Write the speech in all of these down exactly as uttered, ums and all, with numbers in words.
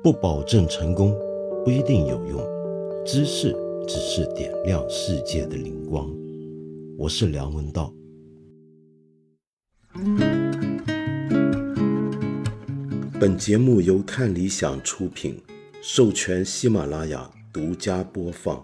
不保证成功，不一定有用，知识只是点亮世界的灵光。我是梁文道。本节目由看理想出品，授权喜马拉雅独家播放。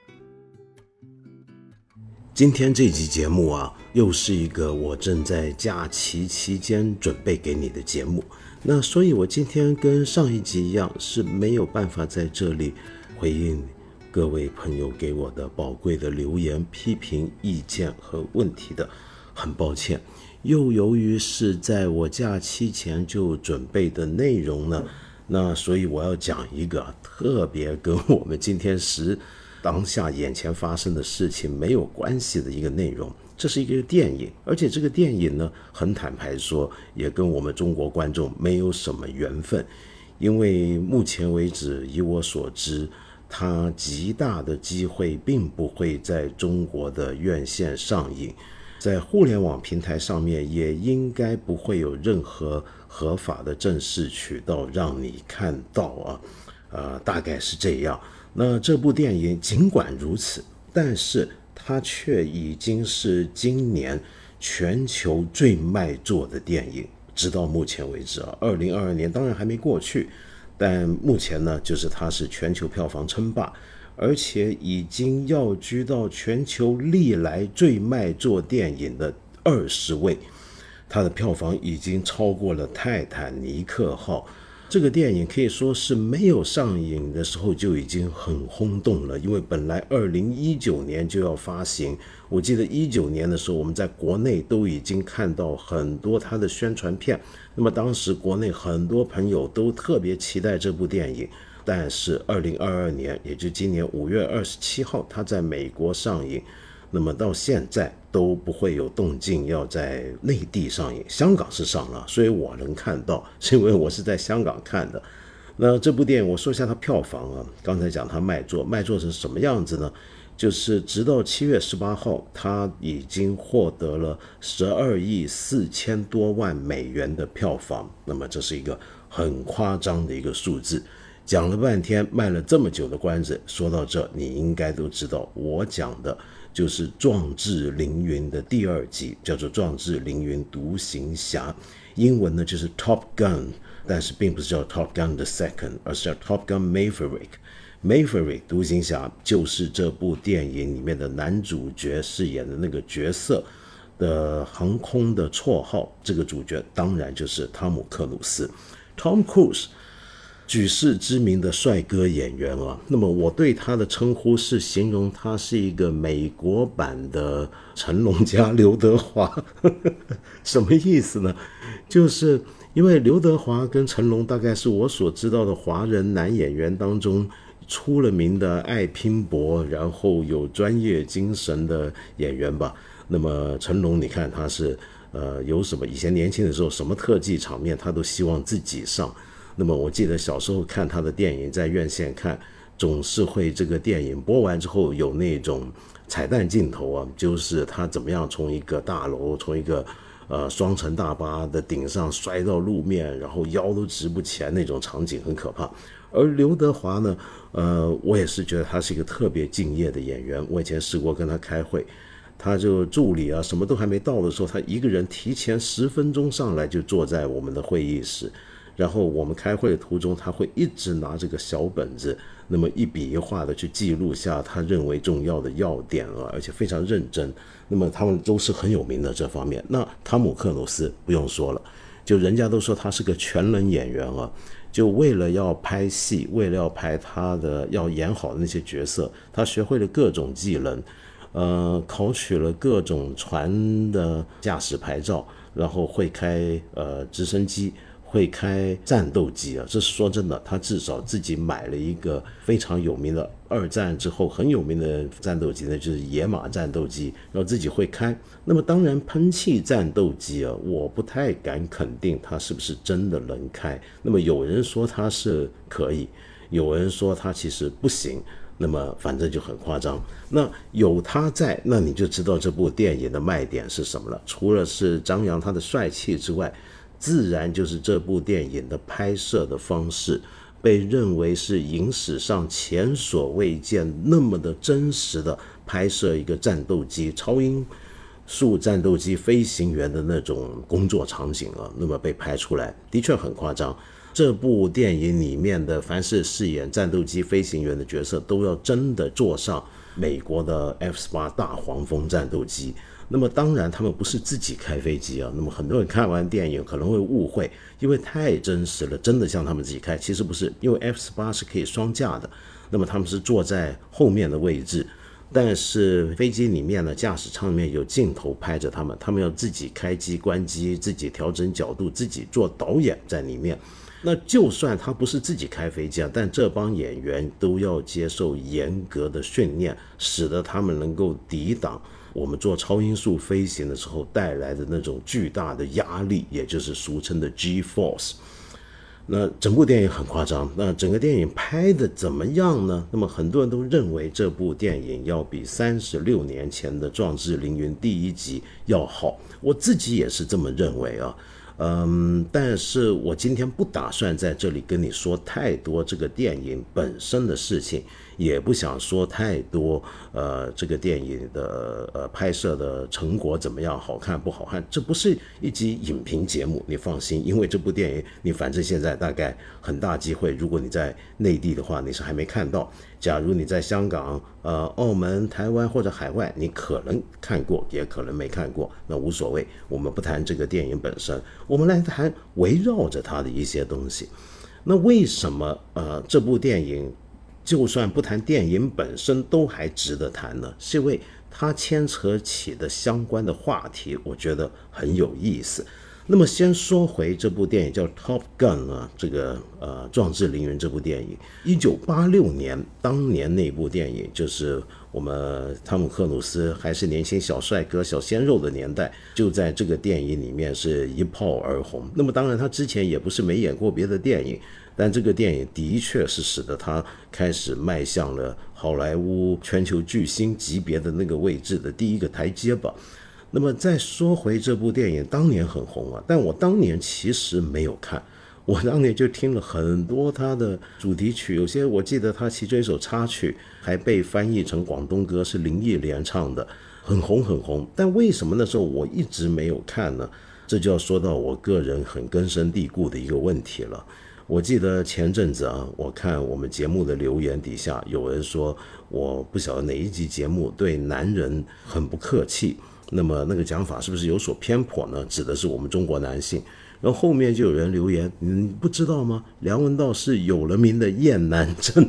今天这期节目啊，又是一个我正在假期期间准备给你的节目。那所以我今天跟上一集一样，是没有办法在这里回应各位朋友给我的宝贵的留言、批评、意见和问题的，很抱歉。又由于是在我假期前就准备的内容呢，那所以我要讲一个特别跟我们今天时当下眼前发生的事情没有关系的一个内容。这是一个电影，而且这个电影呢，很坦白说，也跟我们中国观众没有什么缘分，因为目前为止，以我所知，它极大的机会并不会在中国的院线上映，在互联网平台上面也应该不会有任何合法的正式渠道让你看到啊，呃，大概是这样。那这部电影尽管如此，但是它却已经是今年全球最卖座的电影，直到目前为止啊，二零二二年当然还没过去，但目前呢，就是它是全球票房称霸，而且已经要居到全球历来最卖座电影的二十位，它的票房已经超过了《泰坦尼克号》。这个电影可以说是没有上映的时候就已经很轰动了，因为本来二零一九年就要发行，我记得一九年的时候我们在国内都已经看到很多它的宣传片，那么当时国内很多朋友都特别期待这部电影，但是二零二二年，也就今年五月二十七号它在美国上映，那么到现在都不会有动静要在内地上映，香港是上了，所以我能看到，是因为我是在香港看的。那这部电影我说一下它票房啊，刚才讲它卖座，卖座是什么样子呢？就是直到七月十八号，它已经获得了十二亿四千多万美元的票房，那么这是一个很夸张的一个数字。讲了半天，卖了这么久的关子，说到这，你应该都知道，我讲的就是《壮志凌云》的第二集，叫做《壮志凌云独行侠》，英文呢就是 Top Gun， 但是并不是叫 Top Gun the Second， 而是叫 Top Gun Maverick。Maverick 独行侠就是这部电影里面的男主角饰演的那个角色的航空的绰号，这个主角当然就是汤姆克鲁斯 Tom Cruise，举世知名的帅哥演员啊，那么我对他的称呼是形容他是一个美国版的成龙加刘德华什么意思呢？就是因为刘德华跟成龙大概是我所知道的华人男演员当中出了名的爱拼搏，然后有专业精神的演员吧。那么成龙你看他是呃有什么以前年轻的时候什么特技场面他都希望自己上，那么我记得小时候看他的电影，在院线看，总是会这个电影播完之后有那种彩蛋镜头啊，就是他怎么样从一个大楼，从一个呃双层大巴的顶上摔到路面，然后腰都直不起来，那种场景很可怕。而刘德华呢，呃，我也是觉得他是一个特别敬业的演员，我以前试过跟他开会，他就助理啊什么都还没到的时候，他一个人提前十分钟上来就坐在我们的会议室，然后我们开会的途中，他会一直拿这个小本子，那么一笔一画的去记录下他认为重要的要点啊，而且非常认真。那么他们都是很有名的这方面。那汤姆克鲁斯不用说了，就人家都说他是个全能演员啊，就为了要拍戏，为了要拍他的要演好的那些角色，他学会了各种技能，呃，考取了各种船的驾驶牌照，然后会开呃直升机，会开战斗机啊，这是说真的，他至少自己买了一个非常有名的二战之后很有名的战斗机呢，就是野马战斗机，然后自己会开。那么当然喷气战斗机啊，我不太敢肯定它是不是真的能开。那么有人说它是可以，有人说它其实不行，那么反正就很夸张。那有他在，那你就知道这部电影的卖点是什么了。除了是张扬他的帅气之外，自然就是这部电影的拍摄的方式， 被认为是影史上前所未见那么的真实的拍摄一个战斗机超音速战斗机飞行员的那种工作场景啊，那么被拍出来的确很夸张。这部电影里面的凡是饰演战斗机飞行员的角色都要真的坐上美国的 F 十八 大黄蜂战斗机。那么当然他们不是自己开飞机啊，那么很多人看完电影可能会误会，因为太真实了，真的像他们自己开，其实不是，因为 F 十八 是可以双架的，那么他们是坐在后面的位置，但是飞机里面呢，驾驶舱里面有镜头拍着他们，他们要自己开机关机，自己调整角度，自己做导演在里面。那就算他不是自己开飞机啊，但这帮演员都要接受严格的训练，使得他们能够抵挡我们做超音速飞行的时候带来的那种巨大的压力，也就是俗称的 G-force。 那整部电影很夸张，那整个电影拍的怎么样呢？那么很多人都认为这部电影要比三十六年前的《壮志凌云》第一集要好，我自己也是这么认为啊。嗯，但是我今天不打算在这里跟你说太多这个电影本身的事情，也不想说太多呃这个电影的呃拍摄的成果怎么样，好看不好看，这不是一集影评节目，你放心，因为这部电影你反正现在大概很大机会，如果你在内地的话你是还没看到，假如你在香港、呃澳门、台湾或者海外，你可能看过也可能没看过，那无所谓，我们不谈这个电影本身，我们来谈围绕着它的一些东西。那为什么呃这部电影就算不谈电影本身都还值得谈呢？是因为它牵扯起的相关的话题我觉得很有意思。那么先说回这部电影叫 Top Gun 啊，这个呃壮志凌云这部电影，一九八六年当年那部电影就是我们汤姆克鲁斯还是年轻小帅哥小鲜肉的年代，就在这个电影里面是一炮而红。那么当然他之前也不是没演过别的电影，但这个电影的确是使得他开始迈向了好莱坞全球巨星级别的那个位置的第一个台阶吧。那么再说回这部电影，当年很红啊，但我当年其实没有看，我当年就听了很多他的主题曲，有些我记得他其中一首插曲还被翻译成广东歌，是林忆莲唱的，很红很红。但为什么那时候我一直没有看呢？这就要说到我个人很根深蒂固的一个问题了。我记得前阵子啊，我看我们节目的留言底下有人说我不晓得哪一集节目对男人很不客气，那么那个讲法是不是有所偏颇呢？指的是我们中国男性。然后后面就有人留言，你不知道吗？梁文道是有了名的厌男症。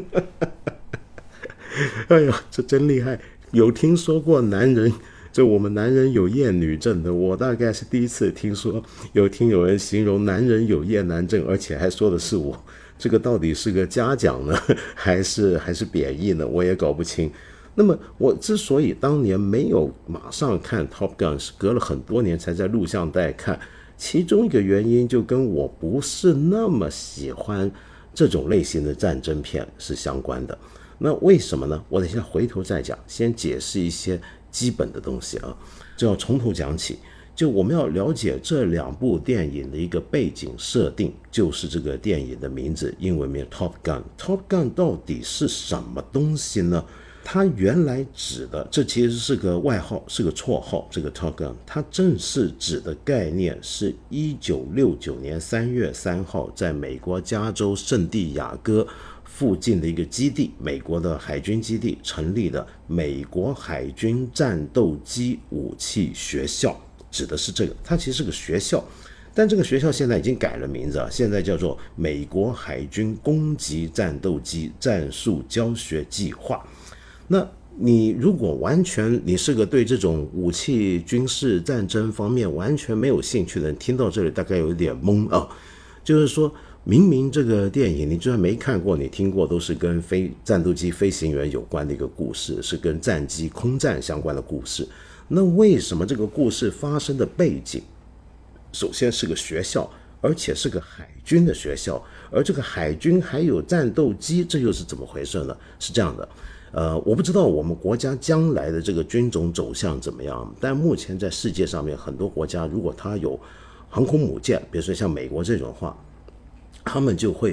哎呀，这真厉害！有听说过男人，就我们男人有厌女症的，我大概是第一次听说有听有人形容男人有厌男症，而且还说的是我。这个到底是个嘉奖呢，还是还是贬义呢？我也搞不清。那么我之所以当年没有马上看 Top Gun， 是隔了很多年才在录像带看，其中一个原因就跟我不是那么喜欢这种类型的战争片是相关的。那为什么呢？我等一下回头再讲，先解释一些基本的东西啊，就要从头讲起。就我们要了解这两部电影的一个背景设定，就是这个电影的名字，英文名 Top Gun。Top Gun 到底是什么东西呢？它原来指的，这其实是个外号，是个绰号。这个 Top Gun 它正式指的概念是一九六九年三月三号在美国加州圣地亚哥附近的一个基地，美国的海军基地成立的美国海军战斗机武器学校，指的是这个。它其实是个学校，但这个学校现在已经改了名字啊，现在叫做美国海军攻击战斗机战术教学计划。那你如果完全你是个对这种武器军事战争方面完全没有兴趣的人，听到这里大概有点懵啊。就是说明明这个电影你就算没看过，你听过都是跟飞战斗机飞行员有关的一个故事，是跟战机空战相关的故事，那为什么这个故事发生的背景首先是个学校，而且是个海军的学校，而这个海军还有战斗机，这又是怎么回事呢？是这样的，呃，我不知道我们国家将来的这个军种走向怎么样，但目前在世界上面很多国家，如果它有航空母舰，比如说像美国这种话，他们就会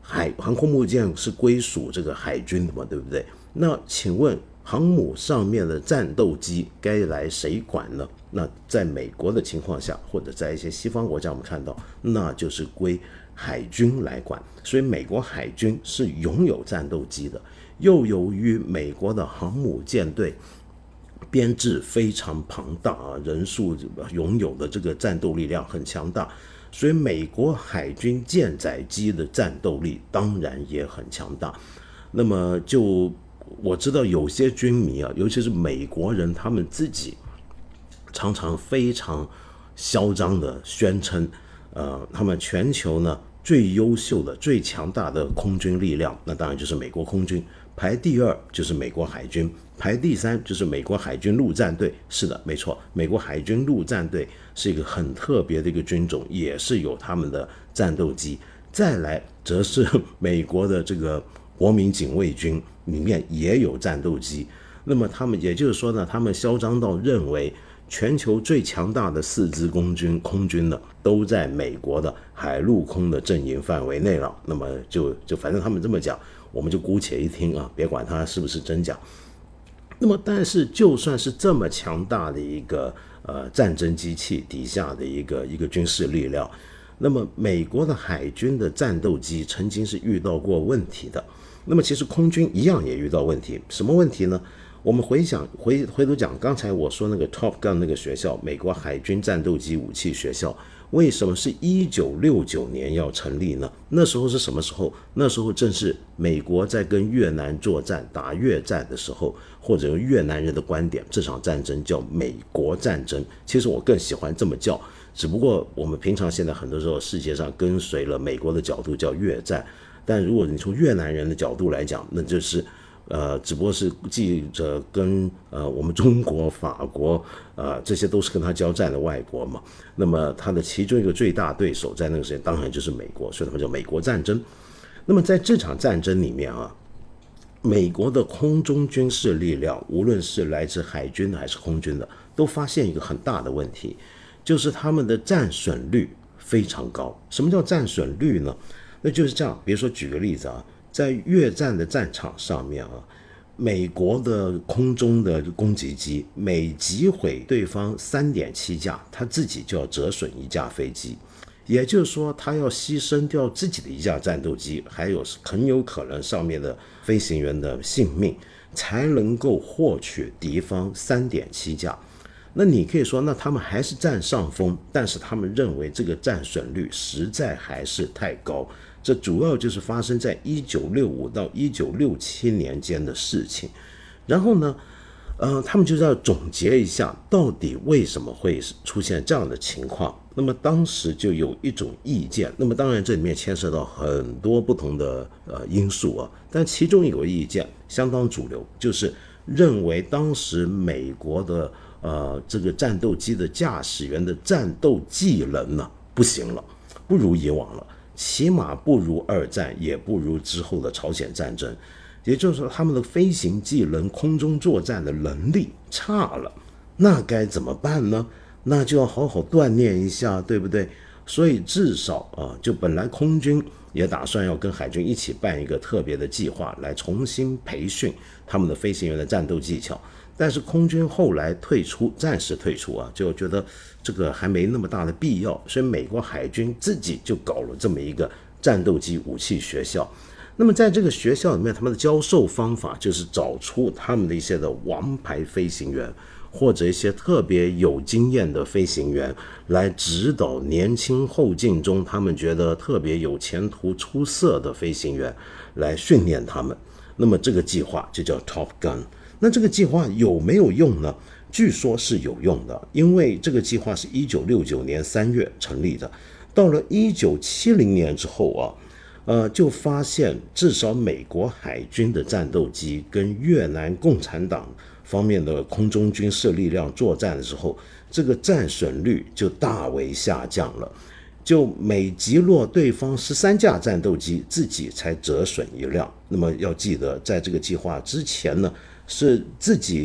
海航空母舰是归属这个海军的嘛，对不对？那请问航母上面的战斗机该来谁管呢？那在美国的情况下，或者在一些西方国家，我们看到那就是归海军来管。所以美国海军是拥有战斗机的，又由于美国的航母舰队编制非常庞大啊，人数拥有的这个战斗力量很强大，所以美国海军舰载机的战斗力当然也很强大。那么就我知道有些军迷啊，尤其是美国人，他们自己常常非常嚣张的宣称，呃，他们全球呢最优秀的、最强大的空军力量，那当然就是美国空军。排第二就是美国海军，排第三就是美国海军陆战队。是的，没错，美国海军陆战队是一个很特别的一个军种，也是有他们的战斗机。再来则是美国的这个国民警卫军里面也有战斗机。那么他们也就是说呢，他们嚣张到认为全球最强大的四支空军空军呢，都在美国的海陆空的阵营范围内了。那么就就反正他们这么讲，我们就姑且一听啊，别管它是不是真假。那么但是就算是这么强大的一个呃战争机器底下的一个一个军事力量，那么美国的海军的战斗机曾经是遇到过问题的。那么其实空军一样也遇到问题，什么问题呢？我们回想回回头讲刚才我说那个 Top Gun 那个学校，美国海军战斗机武器学校，为什么是一九六九年要成立呢？那时候是什么时候？那时候正是美国在跟越南作战打越战的时候，或者用越南人的观点，这场战争叫美国战争。其实我更喜欢这么叫，只不过我们平常现在很多时候世界上跟随了美国的角度叫越战，但如果你从越南人的角度来讲，那就是呃，只不过是记者跟呃我们中国、法国，呃，这些都是跟他交战的外国嘛。那么他的其中一个最大对手在那个时间，当然就是美国，所以他们叫美国战争。那么在这场战争里面啊，美国的空中军事力量，无论是来自海军还是空军的，都发现一个很大的问题，就是他们的战损率非常高。什么叫战损率呢？那就是这样，比如说举个例子啊。在越战的战场上面啊，美国的空中的攻击机每击毁对方 三点七 架，他自己就要折损一架飞机，也就是说他要牺牲掉自己的一架战斗机，还有很有可能上面的飞行员的性命，才能够获取敌方 三点七 架。那你可以说，那他们还是占上风，但是他们认为这个战损率实在还是太高。这主要就是发生在一九六五到一九六七年间的事情。然后呢，呃，他们就是要总结一下，到底为什么会出现这样的情况。那么当时就有一种意见，那么当然这里面牵涉到很多不同的呃因素啊，但其中有个意见相当主流，就是认为当时美国的呃这个战斗机的驾驶员的战斗技能呢不行了，不如以往了。起码不如二战，也不如之后的朝鲜战争，也就是说他们的飞行技能、空中作战的能力差了。那该怎么办呢？那就要好好锻炼一下，对不对？所以至少啊，就本来空军也打算要跟海军一起办一个特别的计划，来重新培训他们的飞行员的战斗技巧。但是空军后来退出，暂时退出啊，就觉得这个还没那么大的必要，所以美国海军自己就搞了这么一个战斗机武器学校。那么在这个学校里面，他们的教授方法就是找出他们的一些的王牌飞行员，或者一些特别有经验的飞行员，来指导年轻后进中他们觉得特别有前途出色的飞行员，来训练他们。那么这个计划就叫 Top Gun。那这个计划有没有用呢？据说是有用的，因为这个计划是一九六九年三月成立的，到了一九七零年之后啊，呃，就发现至少美国海军的战斗机跟越南共产党方面的空中军事力量作战的时候，这个战损率就大为下降了。就每击落对方十三架战斗机，自己才折损一辆。那么要记得，在这个计划之前呢，是自己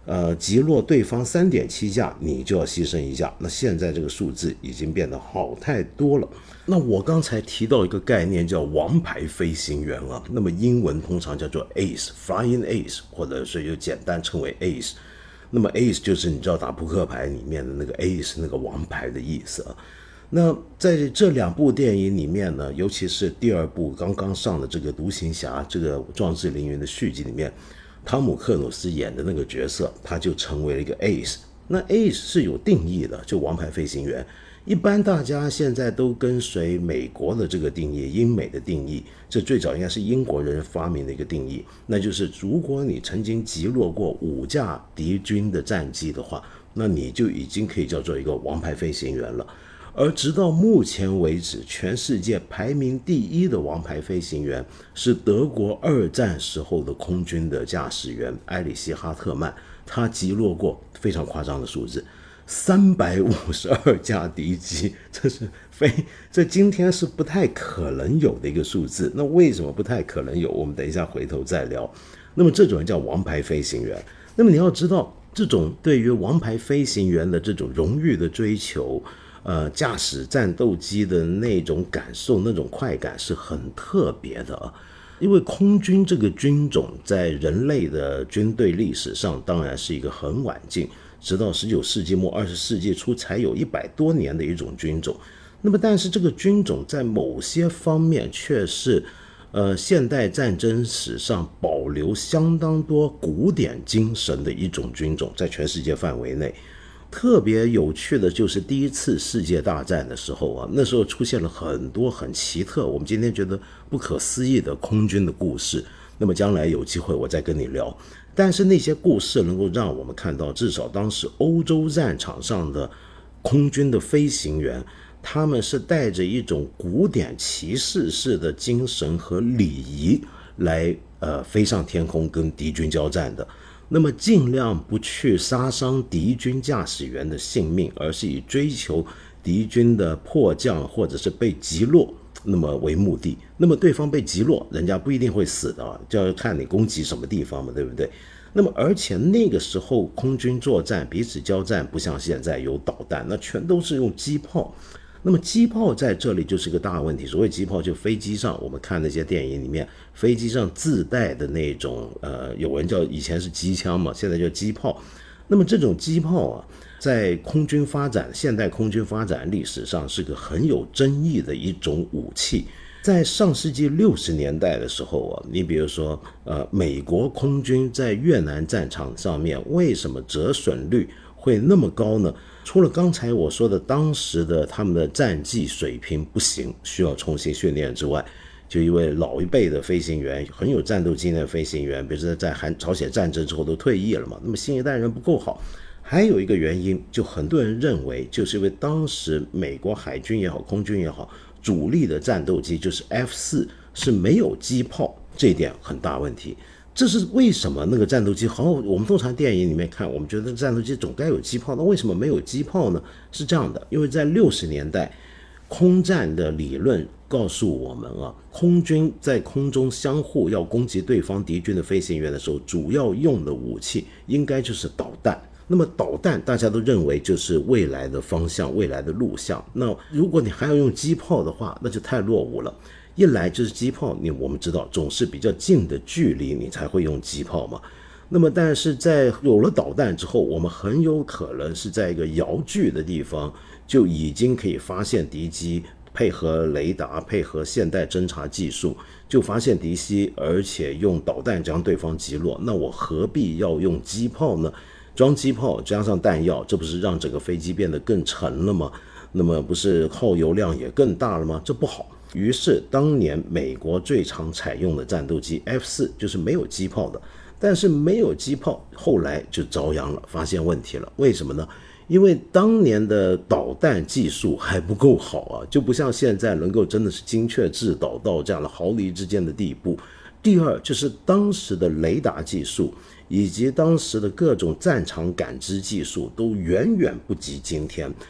呃，击落对方 三点七 架，你就要牺牲一架。那现在这个数字已经变得好太多了。那我刚才提到一个概念叫王牌飞行员啊，那么英文通常叫做 Ace，Flying Ace， 或者是就简单称为 Ace。那么 Ace 就是你知道打扑克牌里面的那个 Ace， 那个王牌的意思啊。那在这两部电影里面呢，尤其是第二部刚刚上的这个独行侠这个壮志凌云的续集里面，汤姆克鲁斯演的那个角色他就成为了一个 Ace。 那 Ace 是有定义的，就王牌飞行员。一般大家现在都跟随美国的这个定义，英美的定义，这最早应该是英国人发明的一个定义，那就是如果你曾经击落过五架敌军的战机的话，那你就已经可以叫做一个王牌飞行员了。而直到目前为止，全世界排名第一的王牌飞行员是德国二战时候的空军的驾驶员埃里希哈特曼，他击落过非常夸张的数字三百五十二架敌机，这是非这今天是不太可能有的一个数字。那为什么不太可能有？我们等一下回头再聊。那么这种人叫王牌飞行员。那么你要知道，这种对于王牌飞行员的这种荣誉的追求，呃，驾驶战斗机的那种感受，那种快感是很特别的啊。因为空军这个军种在人类的军队历史上当然是一个很晚近，直到十九世纪末二十世纪初才有一百多年的一种军种。那么但是这个军种在某些方面却是呃现代战争史上保留相当多古典精神的一种军种，在全世界范围内。特别有趣的就是第一次世界大战的时候啊，那时候出现了很多很奇特，我们今天觉得不可思议的空军的故事。那么将来有机会我再跟你聊。但是那些故事能够让我们看到，至少当时欧洲战场上的空军的飞行员，他们是带着一种古典骑士式的精神和礼仪来呃飞上天空跟敌军交战的。那么尽量不去杀伤敌军驾驶员的性命，而是以追求敌军的迫降或者是被击落那么为目的。那么对方被击落，人家不一定会死的，就要看你攻击什么地方嘛，对不对？那么而且那个时候空军作战彼此交战不像现在有导弹，那全都是用机炮。那么机炮在这里就是个大问题。所谓机炮，就飞机上我们看那些电影里面飞机上自带的那种呃，有人叫以前是机枪嘛，现在叫机炮。那么这种机炮啊，在空军发展现代空军发展历史上是个很有争议的一种武器。在上世纪六十年代的时候啊，你比如说呃，美国空军在越南战场上面为什么折损率会那么高呢？除了刚才我说的当时的他们的战绩水平不行，需要重新训练之外，就一位老一辈的飞行员，很有战斗经验的飞行员，比如说在韩朝鲜战争之后都退役了嘛，那么新一代人不够好。还有一个原因，就很多人认为就是因为当时美国海军也好空军也好，主力的战斗机就是 F 四 是没有机炮，这一点很大问题。这是为什么？那个战斗机好，我们通常电影里面看，我们觉得战斗机总该有机炮，那为什么没有机炮呢？是这样的，因为在六十年代空战的理论告诉我们啊，空军在空中相互要攻击对方敌军的飞行员的时候，主要用的武器应该就是导弹。那么导弹大家都认为就是未来的方向，未来的路向。那如果你还要用机炮的话，那就太落伍了。一来就是机炮，你我们知道总是比较近的距离你才会用机炮嘛。那么但是在有了导弹之后，我们很有可能是在一个遥距的地方就已经可以发现敌机，配合雷达，配合现代侦察技术就发现敌机，而且用导弹将对方击落。那我何必要用机炮呢？装机炮加上弹药，这不是让整个飞机变得更沉了吗？那么不是耗油量也更大了吗？这不好。于是当年美国最常采用的战斗机 F 四 就是没有机炮的。但是没有机炮后来就遭殃了，发现问题了。为什么呢？因为当年的导弹技术还不够好啊，就不像现在能够真的是精确制导到这样的毫厘之间的地步。第二就是当时的雷达技术以及当时的各种战场感知技术都远远不及今天。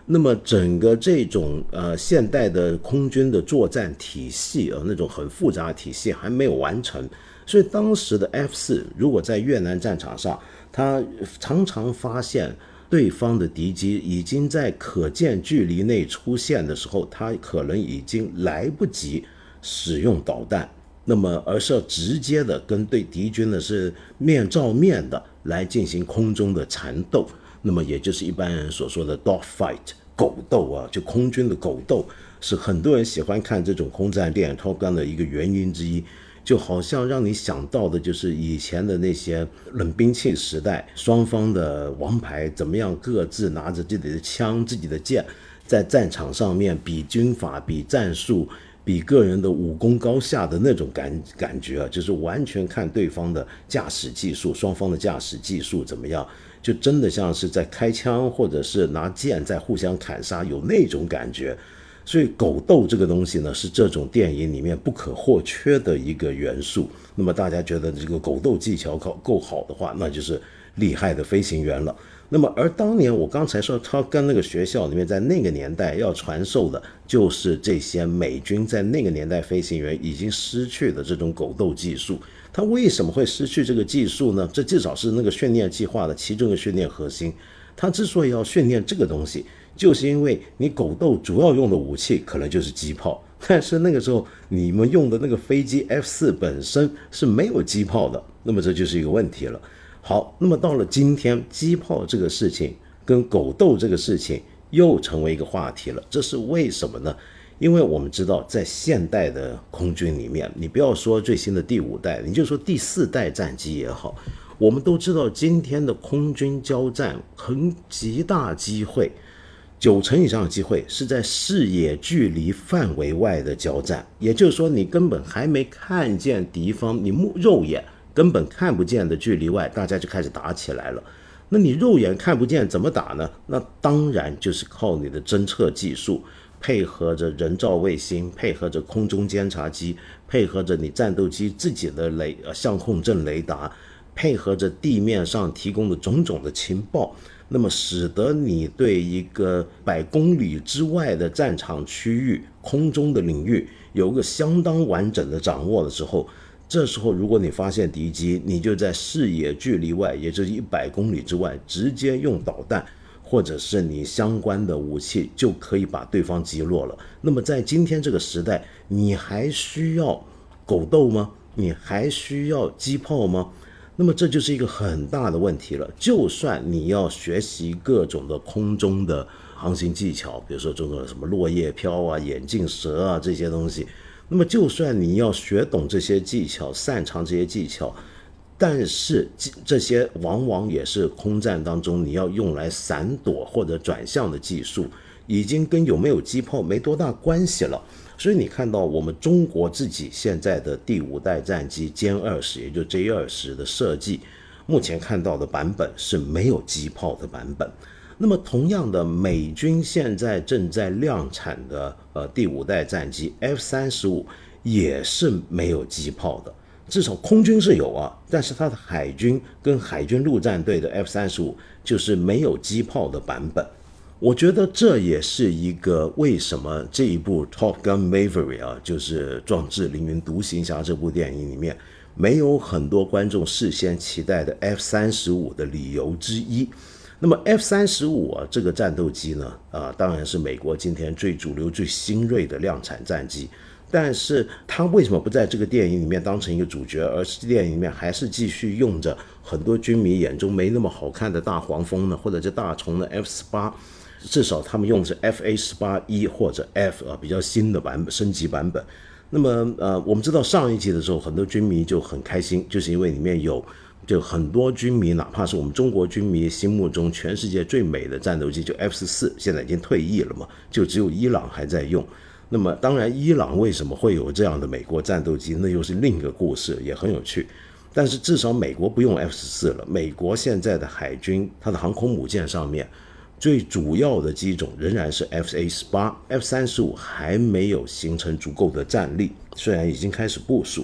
那么整个这种呃现代的空军的作战体系啊，那种很复杂的体系还没有完成，所以当时的 F 四如果在越南战场上，他常常发现对方的敌机已经在可见距离内出现的时候，他可能已经来不及使用导弹，那么而是要直接的跟对敌军呢是面照面的来进行空中的缠斗，那么也就是一般人所说的 dog fight 狗斗啊，就空军的狗斗，是很多人喜欢看这种空战电影 Top Gun 的一个原因之一，就好像让你想到的就是以前的那些冷兵器时代，双方的王牌怎么样各自拿着自己的枪自己的剑，在战场上面比军法比战术比个人的武功高下的那种感感觉啊，就是完全看对方的驾驶技术，双方的驾驶技术怎么样，就真的像是在开枪或者是拿剑在互相砍杀，有那种感觉。所以狗斗这个东西呢，是这种电影里面不可或缺的一个元素。那么大家觉得这个狗斗技巧够好的话，那就是厉害的飞行员了。那么而当年我刚才说他跟那个学校里面在那个年代要传授的就是这些美军在那个年代飞行员已经失去的这种狗斗技术。他为什么会失去这个技术呢？这至少是那个训练计划的其中的训练核心。他之所以要训练这个东西，就是因为你狗斗主要用的武器可能就是机炮，但是那个时候你们用的那个飞机 F 四 本身是没有机炮的，那么这就是一个问题了。好，那么到了今天，机炮这个事情跟狗斗这个事情又成为一个话题了，这是为什么呢？因为我们知道在现代的空军里面，你不要说最新的第五代，你就说第四代战机也好，我们都知道今天的空军交战很极大机会，九成以上的机会是在视野距离范围外的交战，也就是说你根本还没看见敌方，你肉眼根本看不见的距离外，大家就开始打起来了。那你肉眼看不见怎么打呢？那当然就是靠你的侦测技术，配合着人造卫星，配合着空中监察机，配合着你战斗机自己的雷呃相控阵雷达，配合着地面上提供的种种的情报，那么使得你对一个百公里之外的战场区域空中的领域有一个相当完整的掌握的时候，这时候如果你发现敌机，你就在视野距离外，也就是一百公里之外，直接用导弹或者是你相关的武器就可以把对方击落了。那么在今天这个时代，你还需要狗斗吗？你还需要机炮吗？那么这就是一个很大的问题了。就算你要学习各种的空中的航行技巧，比如说这种什么落叶飘啊、眼镜蛇啊这些东西，那么就算你要学懂这些技巧，擅长这些技巧，但是这些往往也是空战当中你要用来闪躲或者转向的技术，已经跟有没有机炮没多大关系了。所以你看到我们中国自己现在的第五代战机歼二十，也就是 J 二十 的设计，目前看到的版本是没有机炮的版本。那么同样的，美军现在正在量产的呃第五代战机 F 三十五 也是没有机炮的，至少空军是有啊，但是它的海军跟海军陆战队的 F 三十五 就是没有机炮的版本。我觉得这也是一个为什么这一部 Top Gun Maverick 啊，就是壮志凌云独行侠这部电影里面没有很多观众事先期待的 F 三十五 的理由之一。那么 F 三十五 啊，这个战斗机呢，啊，当然是美国今天最主流、最新锐的量产战机。但是它为什么不在这个电影里面当成一个主角，而是电影里面还是继续用着很多军迷眼中没那么好看的大黄蜂呢，或者是大虫的 F 十八？至少他们用的是 F A 十八 E 或者 F 啊比较新的版本升级版本。那么呃，我们知道上一集的时候，很多军迷就很开心，就是因为里面有。就很多军迷，哪怕是我们中国军迷心目中全世界最美的战斗机，就 F 十四，现在已经退役了嘛，就只有伊朗还在用。那么当然伊朗为什么会有这样的美国战斗机，那又是另一个故事，也很有趣。但是至少美国不用 F 十四 了，美国现在的海军它的航空母舰上面最主要的机种仍然是 F A 十八， F 三十五 还没有形成足够的战力，虽然已经开始部署。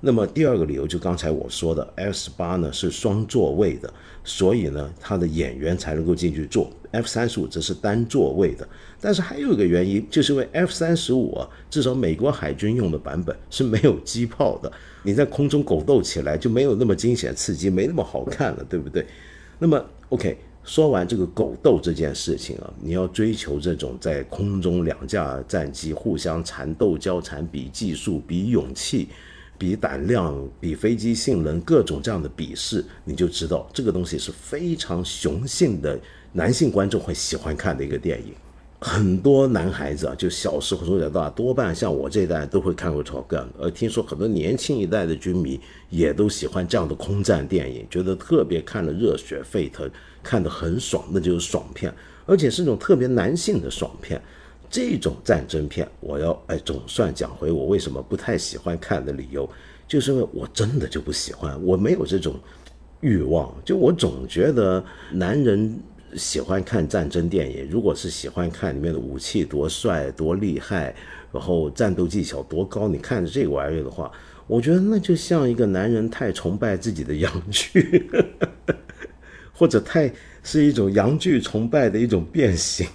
那么第二个理由就刚才我说的 F 十八 呢是双座位的，所以呢它的演员才能够进去坐， F 三十五 则是单座位的。但是还有一个原因，就是因为 F 三十五 啊，至少美国海军用的版本是没有机炮的，你在空中狗斗起来就没有那么惊险刺激，没那么好看了，对不对？那么 OK， 说完这个狗斗这件事情啊，你要追求这种在空中两架战机互相缠斗交缠，比技术，比勇气，比胆量，比飞机性能，各种这样的比试，你就知道这个东西是非常雄性的男性观众会喜欢看的一个电影。很多男孩子啊，就小时候从小到大，多半像我这一代都会看过 Top Gun， 而听说很多年轻一代的军迷也都喜欢这样的空战电影，觉得特别看了热血沸腾，看得很爽，那就是爽片，而且是那种特别男性的爽片。这种战争片，我要哎总算讲回我为什么不太喜欢看的理由，就是因为我真的就不喜欢，我没有这种欲望，就我总觉得男人喜欢看战争电影，如果是喜欢看里面的武器多帅多厉害，然后战斗技巧多高，你看着这个玩意儿的话，我觉得那就像一个男人太崇拜自己的阳具或者太是一种阳具崇拜的一种变形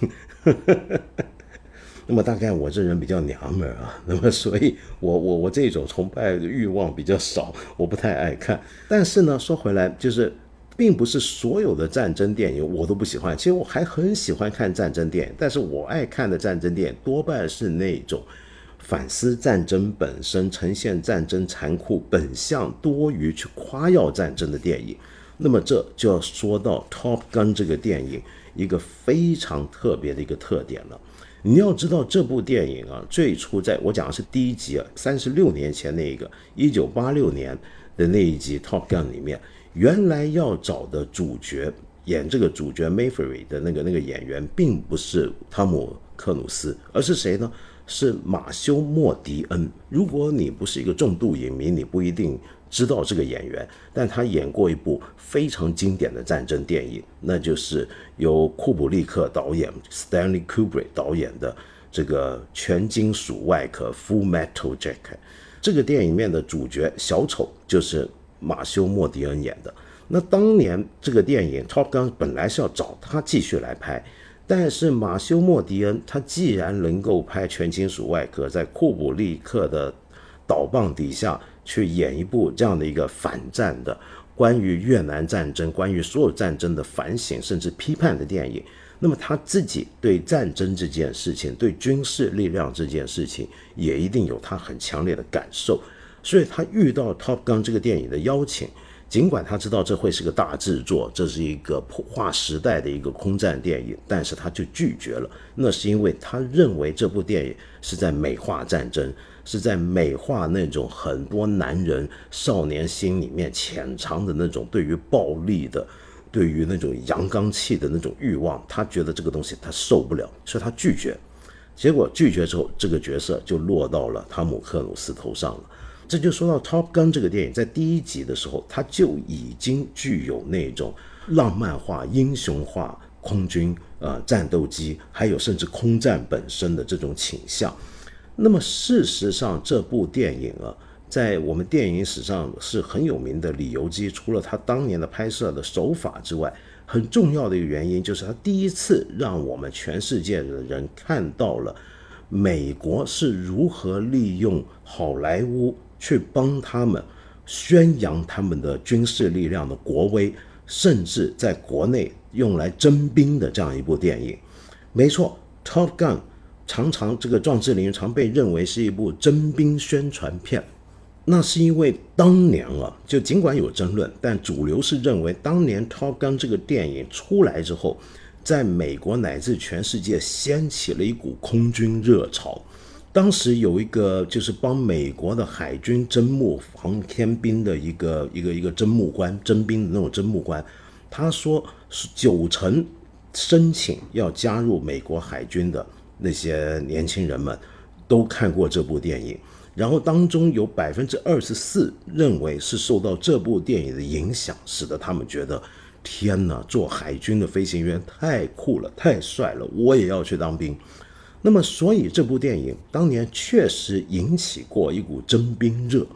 那么大概我这人比较娘们啊，那么所以我我我这种崇拜的欲望比较少，我不太爱看。但是呢，说回来，就是并不是所有的战争电影我都不喜欢，其实我还很喜欢看战争电影，但是我爱看的战争电影多半是那种反思战争本身，呈现战争残酷本相多于去夸耀战争的电影。那么这就要说到 Top Gun 这个电影一个非常特别的一个特点了。你要知道这部电影啊，最初在我讲的是第一集啊，三十六年前那个一九八六年的那一集 Top Gun 里面，原来要找的主角演这个主角 Maverick 的那个那个演员，并不是汤姆克鲁斯，而是谁呢？是马修莫迪恩。如果你不是一个重度影迷，你不一定知道这个演员，但他演过一部非常经典的战争电影，那就是由库布利克导演 Stanley Kubrick 导演的这个全金属外壳 Full Metal Jacket。 这个电影里面的主角小丑就是马修莫迪恩演的。那当年这个电影 Top Gun 本来是要找他继续来拍，但是马修莫迪恩他既然能够拍全金属外壳，在库布利克的导棒底下去演一部这样的一个反战的关于越南战争，关于所有战争的反省甚至批判的电影，那么他自己对战争这件事情，对军事力量这件事情也一定有他很强烈的感受。所以他遇到 Top Gun 这个电影的邀请，尽管他知道这会是个大制作，这是一个划时代的一个空战电影，但是他就拒绝了。那是因为他认为这部电影是在美化战争，是在美化那种很多男人少年心里面潜藏的那种对于暴力的，对于那种阳刚气的那种欲望，他觉得这个东西他受不了，所以他拒绝。结果拒绝之后，这个角色就落到了汤姆克鲁斯头上了。这就说到 Top Gun 这个电影在第一集的时候，它就已经具有那种浪漫化、英雄化空军、呃、战斗机，还有甚至空战本身的这种倾向。那么事实上这部电影啊，在我们电影史上是很有名的理由之一，除了他当年的拍摄的手法之外，很重要的一个原因就是他第一次让我们全世界的人看到了美国是如何利用好莱坞去帮他们宣扬他们的军事力量的国威，甚至在国内用来征兵的这样一部电影。没错， Top Gun 常常这个壮志凌云常被认为是一部征兵宣传片，那是因为当年啊，就尽管有争论，但主流是认为当年 Top Gun 这个电影出来之后，在美国乃至全世界掀起了一股空军热潮。当时有一个就是帮美国的海军征募航天兵的一个一个一个征募官，征兵的那种征募官，他说九成申请要加入美国海军的那些年轻人们都看过这部电影，然后当中有百分之二十四认为是受到这部电影的影响，使得他们觉得天哪，做海军的飞行员太酷了，太帅了，我也要去当兵。那么所以这部电影当年确实引起过一股征兵热。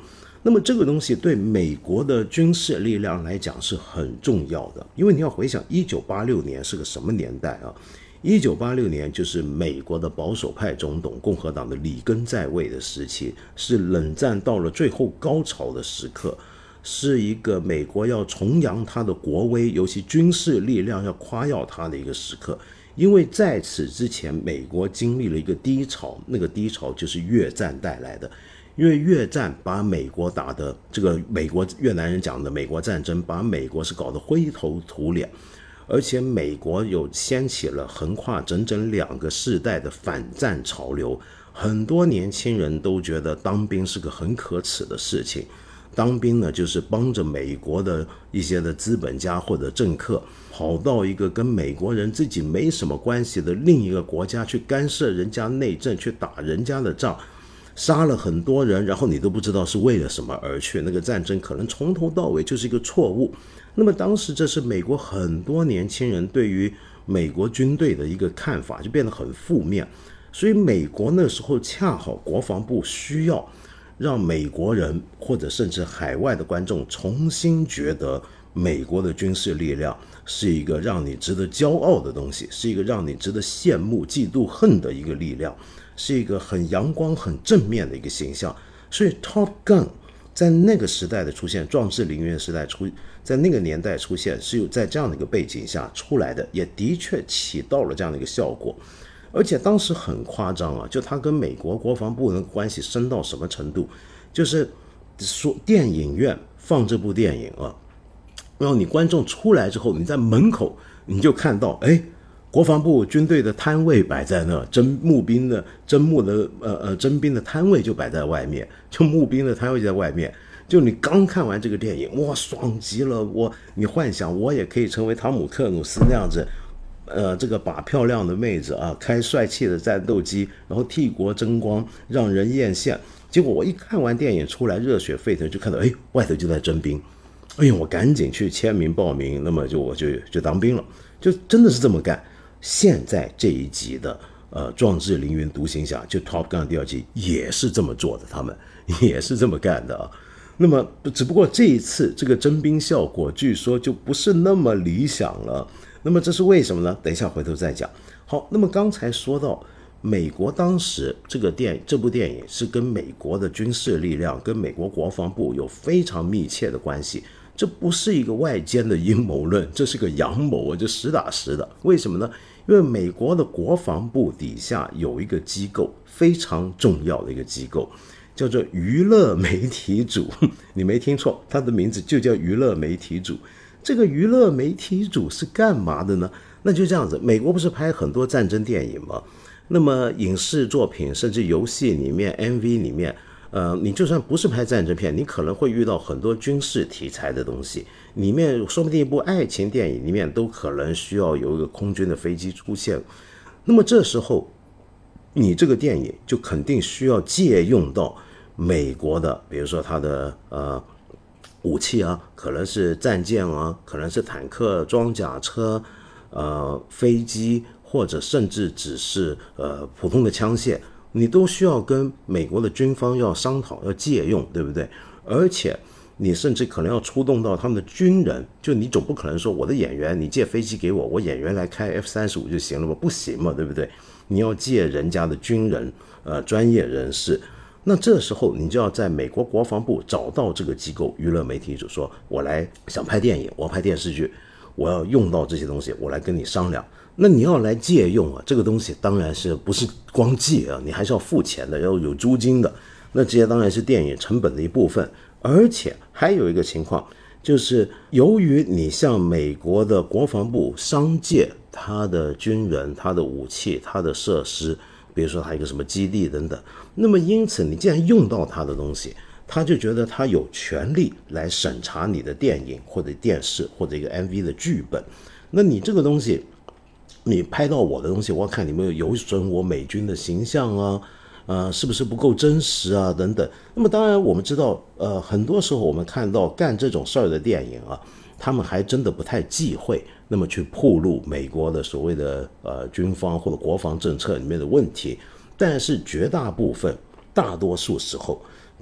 那么这个东西对美国的军事力量来讲是很重要的，因为你要回想一九八六年是个什么年代啊？一九八六年就是美国的保守派总统共和党的里根在位的时期，是冷战到了最后高潮的时刻，是一个美国要重扬它的国威，尤其军事力量要夸耀它的一个时刻。因为在此之前美国经历了一个低潮，那个低潮就是越战带来的。因为越战把美国打的这个美国越南人讲的美国战争把美国是搞得灰头土脸，而且美国有掀起了横跨整整两个世代的反战潮流，很多年轻人都觉得当兵是个很可耻的事情，当兵呢就是帮着美国的一些的资本家或者政客跑到一个跟美国人自己没什么关系的另一个国家去干涉人家内政，去打人家的仗，杀了很多人，然后你都不知道是为了什么而去，那个战争可能从头到尾就是一个错误。那么当时这是美国很多年轻人对于美国军队的一个看法，就变得很负面。所以美国那时候恰好国防部需要让美国人或者甚至海外的观众重新觉得美国的军事力量是一个让你值得骄傲的东西，是一个让你值得羡慕嫉妒恨的一个力量，是一个很阳光很正面的一个形象。所以 Top Gun 在那个时代的出现，壮志凌云时代出在那个年代出现，是有在这样的一个背景下出来的，也的确起到了这样的一个效果。而且当时很夸张啊，就他跟美国国防部的关系深到什么程度，就是说电影院放这部电影啊，然后你观众出来之后，你在门口你就看到，哎，国防部军队的摊位摆在那，征募兵的征募的呃呃征兵的摊位就摆在外面，就募兵的摊位就在外面。就你刚看完这个电影，哇，爽极了！我你幻想我也可以成为汤姆克鲁斯那样子，呃，这个把漂亮的妹子啊，开帅气的战斗机，然后替国争光，让人艳羡。结果我一看完电影出来，热血沸腾，就看到哎，外头就在征兵，哎呦，我赶紧去签名报名，那么就我就就当兵了，就真的是这么干。现在这一集的呃《壮志凌云独行侠》就 Top Gun 第二集也是这么做的，他们也是这么干的啊。那么只不过这一次这个征兵效果据说就不是那么理想了。那么这是为什么呢？等一下回头再讲。好，那么刚才说到美国当时这个电这部电影是跟美国的军事力量跟美国国防部有非常密切的关系，这不是一个外间的阴谋论，这是个阳谋，就实打实的。为什么呢？因为美国的国防部底下有一个机构，非常重要的一个机构，叫做娱乐媒体组。你没听错，它的名字就叫娱乐媒体组。这个娱乐媒体组是干嘛的呢？那就这样子，美国不是拍很多战争电影吗？那么影视作品甚至游戏里面 M V 里面，呃，你就算不是拍战争片，你可能会遇到很多军事题材的东西，里面说不定一部爱情电影里面都可能需要有一个空军的飞机出现。那么这时候你这个电影就肯定需要借用到美国的，比如说它的呃武器啊，可能是战舰啊，可能是坦克、装甲车、呃飞机，或者甚至只是呃普通的枪械，你都需要跟美国的军方要商讨，要借用，对不对？而且你甚至可能要出动到他们的军人，就你总不可能说我的演员你借飞机给我，我演员来开 F 三十五就行了吗？不行嘛，对不对？你要借人家的军人，呃专业人士。那这时候你就要在美国国防部找到这个机构娱乐媒体组，说我来想拍电影，我要拍电视剧，我要用到这些东西，我来跟你商量。那你要来借用啊，这个东西当然是不是光借啊，你还是要付钱的，要有租金的。那这些当然是电影成本的一部分。而且还有一个情况，就是由于你向美国的国防部商借他的军人、他的武器、他的设施，比如说他一个什么基地等等，那么因此你既然用到他的东西，他就觉得他有权利来审查你的电影或者电视或者一个 M V 的剧本。那你这个东西你拍到我的东西，我要看你们有损我美军的形象啊，呃，是不是不够真实啊等等。那么当然我们知道，呃，很多时候我们看到干这种事儿的电影啊，他们还真的不太忌讳那么去暴露美国的所谓的呃军方或者国防政策里面的问题。但是绝大部分大多数时候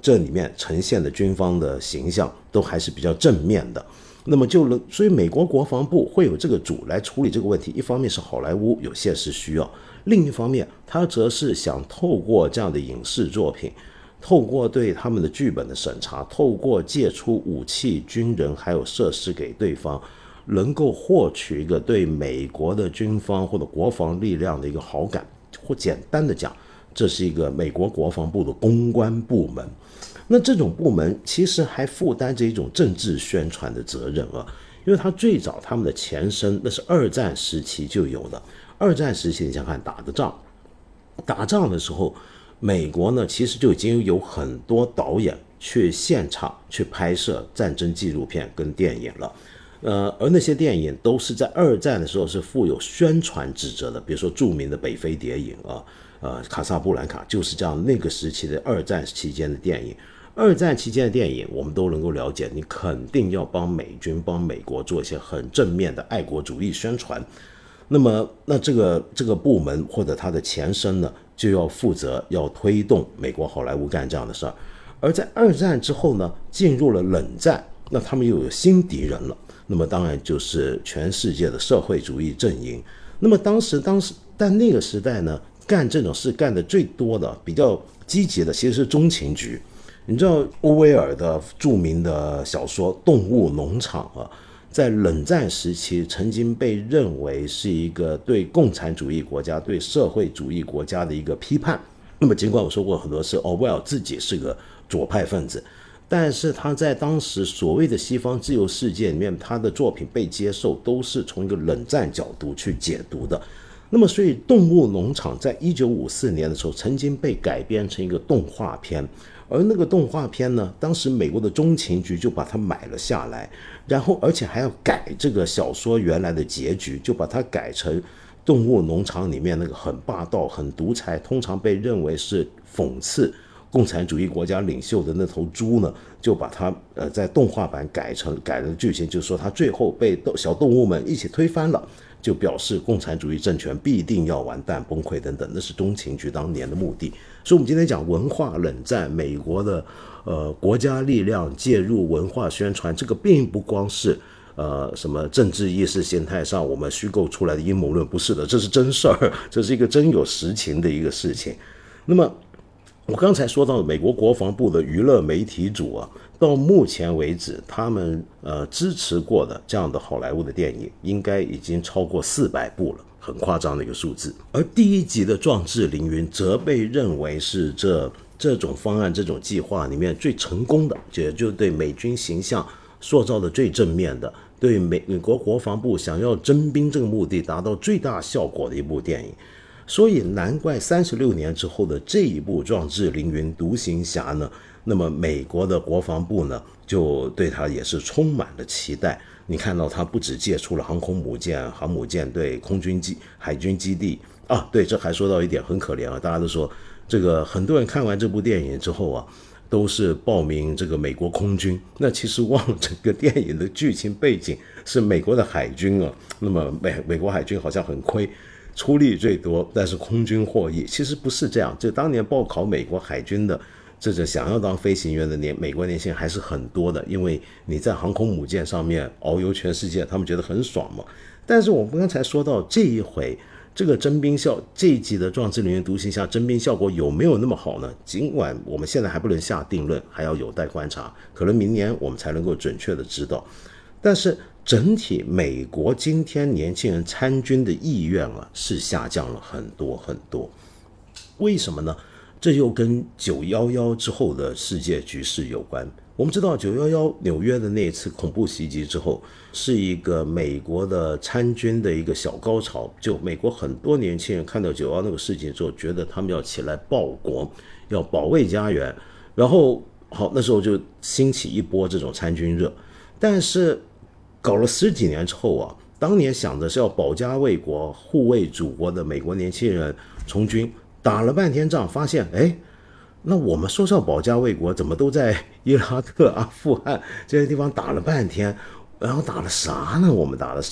这里面呈现的军方的形象都还是比较正面的。那么就所以美国国防部会有这个组来处理这个问题，一方面是好莱坞有现实需要，另一方面他则是想透过这样的影视作品，透过对他们的剧本的审查，透过借出武器、军人还有设施给对方，能够获取一个对美国的军方或者国防力量的一个好感，或简单的讲，这是一个美国国防部的公关部门。那这种部门其实还负担着一种政治宣传的责任啊，因为它最早他们的前身那是二战时期就有的。二战时期你想看打的仗，打仗的时候，美国呢其实就已经有很多导演去现场去拍摄战争纪录片跟电影了。呃，而那些电影都是在二战的时候是负有宣传职责的，比如说著名的北非谍影啊，呃，卡萨布兰卡就是这样那个时期的二战期间的电影。二战期间的电影我们都能够了解，你肯定要帮美军帮美国做一些很正面的爱国主义宣传。那么那这个这个部门或者它的前身呢，就要负责要推动美国好莱坞干这样的事儿。而在二战之后呢，进入了冷战，那他们又有新敌人了，那么当然就是全世界的社会主义阵营。那么当时当时但那个时代呢，干这种事干的最多的比较积极的其实是中情局。你知道欧威尔的著名的小说《动物农场》啊，在冷战时期曾经被认为是一个对共产主义国家、对社会主义国家的一个批判。那么尽管我说过很多次，欧威尔自己是个左派分子，但是他在当时所谓的西方自由世界里面，他的作品被接受都是从一个冷战角度去解读的。那么所以《动物农场》在一九五四年的时候曾经被改编成一个动画片，而那个动画片呢，当时美国的中情局就把它买了下来，然后而且还要改这个小说原来的结局，就把它改成动物农场里面那个很霸道很独裁，通常被认为是讽刺共产主义国家领袖的那头猪呢，就把它呃在动画版改成改了剧情，就是说它最后被小动物们一起推翻了，就表示共产主义政权必定要完蛋崩溃等等，那是中情局当年的目的。所以我们今天讲文化冷战，美国的呃国家力量介入文化宣传，这个并不光是呃什么政治意识形态上我们虚构出来的阴谋论，不是的，这是真事儿，这是一个真有实情的一个事情。那么我刚才说到美国国防部的娱乐媒体组啊，到目前为止他们呃支持过的这样的好莱坞的电影应该已经超过四百部了，很夸张的一个数字。而第一集的壮志凌云则被认为是这这种方案这种计划里面最成功的，也就对美军形象塑造的最正面的，对美美国国防部想要征兵这个目的达到最大效果的一部电影。所以难怪三十六年之后的这一部壮志凌云独行侠呢，那么美国的国防部呢就对他也是充满了期待。你看到他不只借出了航空母舰、航母舰对空军基海军基地啊，对，这还说到一点很可怜啊，大家都说这个很多人看完这部电影之后啊，都是报名这个美国空军，那其实忘了整个电影的剧情背景是美国的海军啊，那么美美国海军好像很亏，出力最多，但是空军获益，其实不是这样。就当年报考美国海军的这种想要当飞行员的年美国年轻人还是很多的，因为你在航空母舰上面遨游全世界，他们觉得很爽嘛。但是我们刚才说到这一回这个征兵效这一集的壮志凌云独行侠征兵效果有没有那么好呢？尽管我们现在还不能下定论，还要有待观察，可能明年我们才能够准确的知道。但是整体美国今天年轻人参军的意愿啊是下降了很多很多。为什么呢？这又跟九一一之后的世界局势有关。我们知道九一一纽约的那一次恐怖袭击之后，是一个美国的参军的一个小高潮，就美国很多年轻人看到九一一那个事情之后，觉得他们要起来报国，要保卫家园，然后好，那时候就兴起一波这种参军热。但是搞了十几年之后啊，当年想的是要保家卫国、护卫祖国的美国年轻人从军，打了半天仗，发现哎，那我们说是要保家卫国，怎么都在伊拉克、阿富汗这些地方打了半天，然后打了啥呢？我们打的是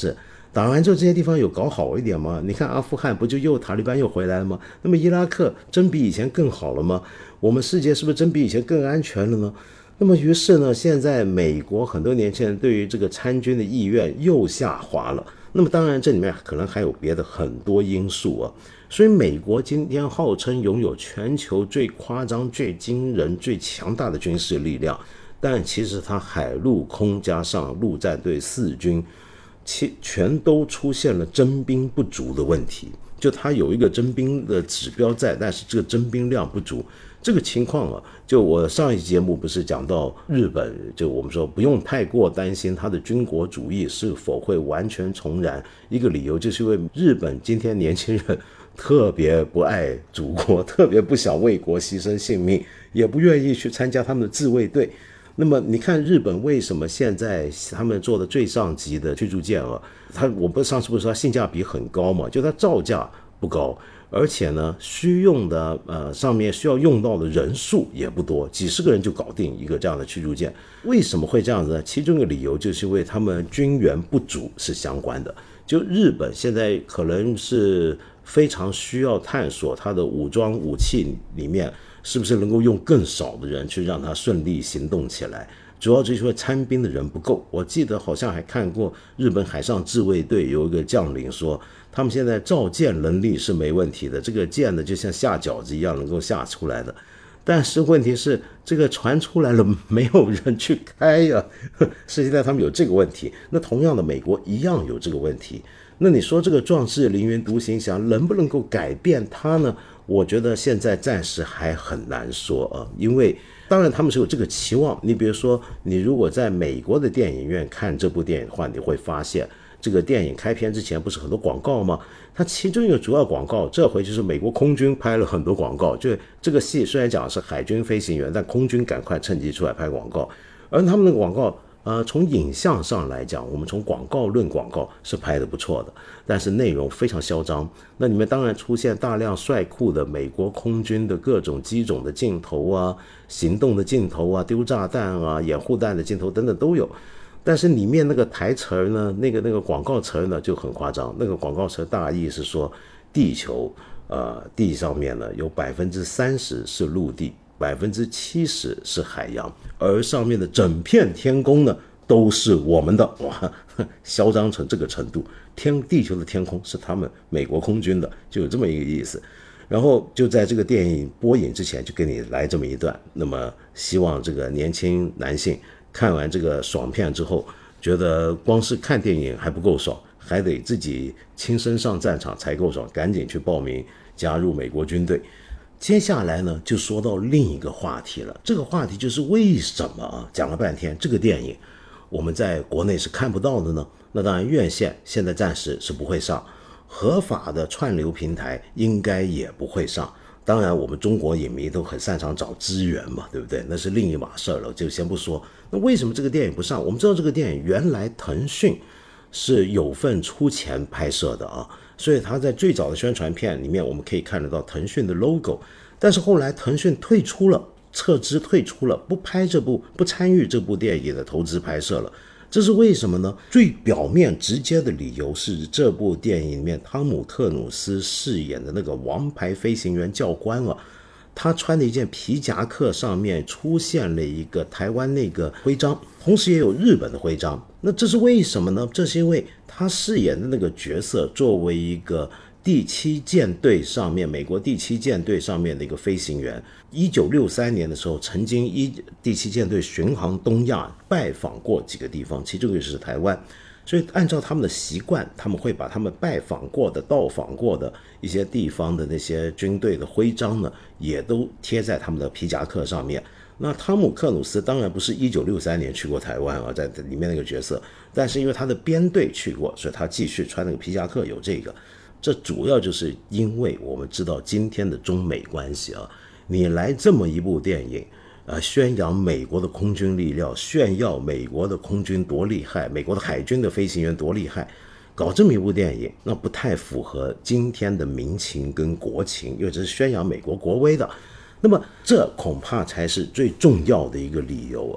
打完之后这些地方有搞好一点吗？你看阿富汗不就又塔利班又回来了吗？那么伊拉克真比以前更好了吗？我们世界是不是真比以前更安全了呢？那么于是呢，现在美国很多年轻人对于这个参军的意愿又下滑了。那么当然这里面可能还有别的很多因素啊。所以美国今天号称拥有全球最夸张、最惊人、最强大的军事力量，但其实它海陆空加上陆战队四军其全都出现了征兵不足的问题。就它有一个征兵的指标在，但是这个征兵量不足。这个情况啊，就我上一期节目不是讲到日本，就我们说不用太过担心它的军国主义是否会完全重燃，一个理由就是因为日本今天年轻人特别不爱祖国，特别不想为国牺牲性命，也不愿意去参加他们的自卫队。那么你看日本为什么现在他们做的最上级的驱逐舰啊，它我不上次不是说它性价比很高嘛，就它造价不高，而且呢需用的呃上面需要用到的人数也不多，几十个人就搞定一个这样的驱逐舰。为什么会这样子呢？其中一个理由就是因为他们军援不足是相关的。就日本现在可能是非常需要探索它的武装武器里面是不是能够用更少的人去让它顺利行动起来，主要就是因为参兵的人不够。我记得好像还看过日本海上自卫队有一个将领说，他们现在造舰能力是没问题的，这个舰呢就像下饺子一样能够下出来的，但是问题是这个船出来了没有人去开呀、啊，是现在他们有这个问题。那同样的美国一样有这个问题。那你说这个壮志凌云独行侠能不能够改变它呢？我觉得现在暂时还很难说啊，因为当然他们是有这个期望。你比如说，你如果在美国的电影院看这部电影的话，你会发现这个电影开片之前不是很多广告吗？它其中一个主要广告，这回就是美国空军拍了很多广告，就这个戏虽然讲的是海军飞行员，但空军赶快趁机出来拍广告，而他们的广告呃，从影像上来讲，我们从广告论广告是拍得不错的，但是内容非常嚣张。那里面当然出现大量帅酷的美国空军的各种机种的镜头啊，行动的镜头啊，丢炸弹啊，掩护弹的镜头等等都有。但是里面那个台词呢，那个那个广告词呢就很夸张。那个广告词大意是说，地球呃地上面呢有百分之三十是陆地，百分之七十是海洋，而上面的整片天空呢都是我们的。哇，嚣张成这个程度，天地球的天空是他们美国空军的，就有这么一个意思。然后就在这个电影播映之前就给你来这么一段，那么希望这个年轻男性看完这个爽片之后，觉得光是看电影还不够爽，还得自己亲身上战场才够爽，赶紧去报名加入美国军队。接下来呢，就说到另一个话题了。这个话题就是为什么啊？讲了半天，这个电影我们在国内是看不到的呢？那当然，院线现在暂时是不会上，合法的串流平台应该也不会上。当然，我们中国影迷都很擅长找资源嘛，对不对？那是另一码事了，就先不说。那为什么这个电影不上？我们知道这个电影原来腾讯是有份出钱拍摄的啊，所以他在最早的宣传片里面我们可以看得到腾讯的 logo， 但是后来腾讯退出了，撤资退出了，不拍这部不参与这部电影的投资拍摄了。这是为什么呢？最表面直接的理由是这部电影里面汤姆克鲁斯饰演的那个王牌飞行员教官啊，他穿的一件皮夹克上面出现了一个台湾那个徽章，同时也有日本的徽章。那这是为什么呢？这是因为他饰演的那个角色作为一个第七舰队上面美国第七舰队上面的一个飞行员，一九六三年的时候曾经一第七舰队巡航东亚，拜访过几个地方，其中就是台湾。所以按照他们的习惯，他们会把他们拜访过的到访过的一些地方的那些军队的徽章呢，也都贴在他们的皮夹克上面。那汤姆克鲁斯当然不是一九六三年去过台湾啊，在里面那个角色，但是因为他的编队去过，所以他继续穿那个皮夹克，有这个。这主要就是因为我们知道今天的中美关系啊，你来这么一部电影，呃，宣扬美国的空军力量，炫耀美国的空军多厉害，美国的海军的飞行员多厉害，搞这么一部电影，那不太符合今天的民情跟国情，因为这是宣扬美国国威的。那么这恐怕才是最重要的一个理由啊。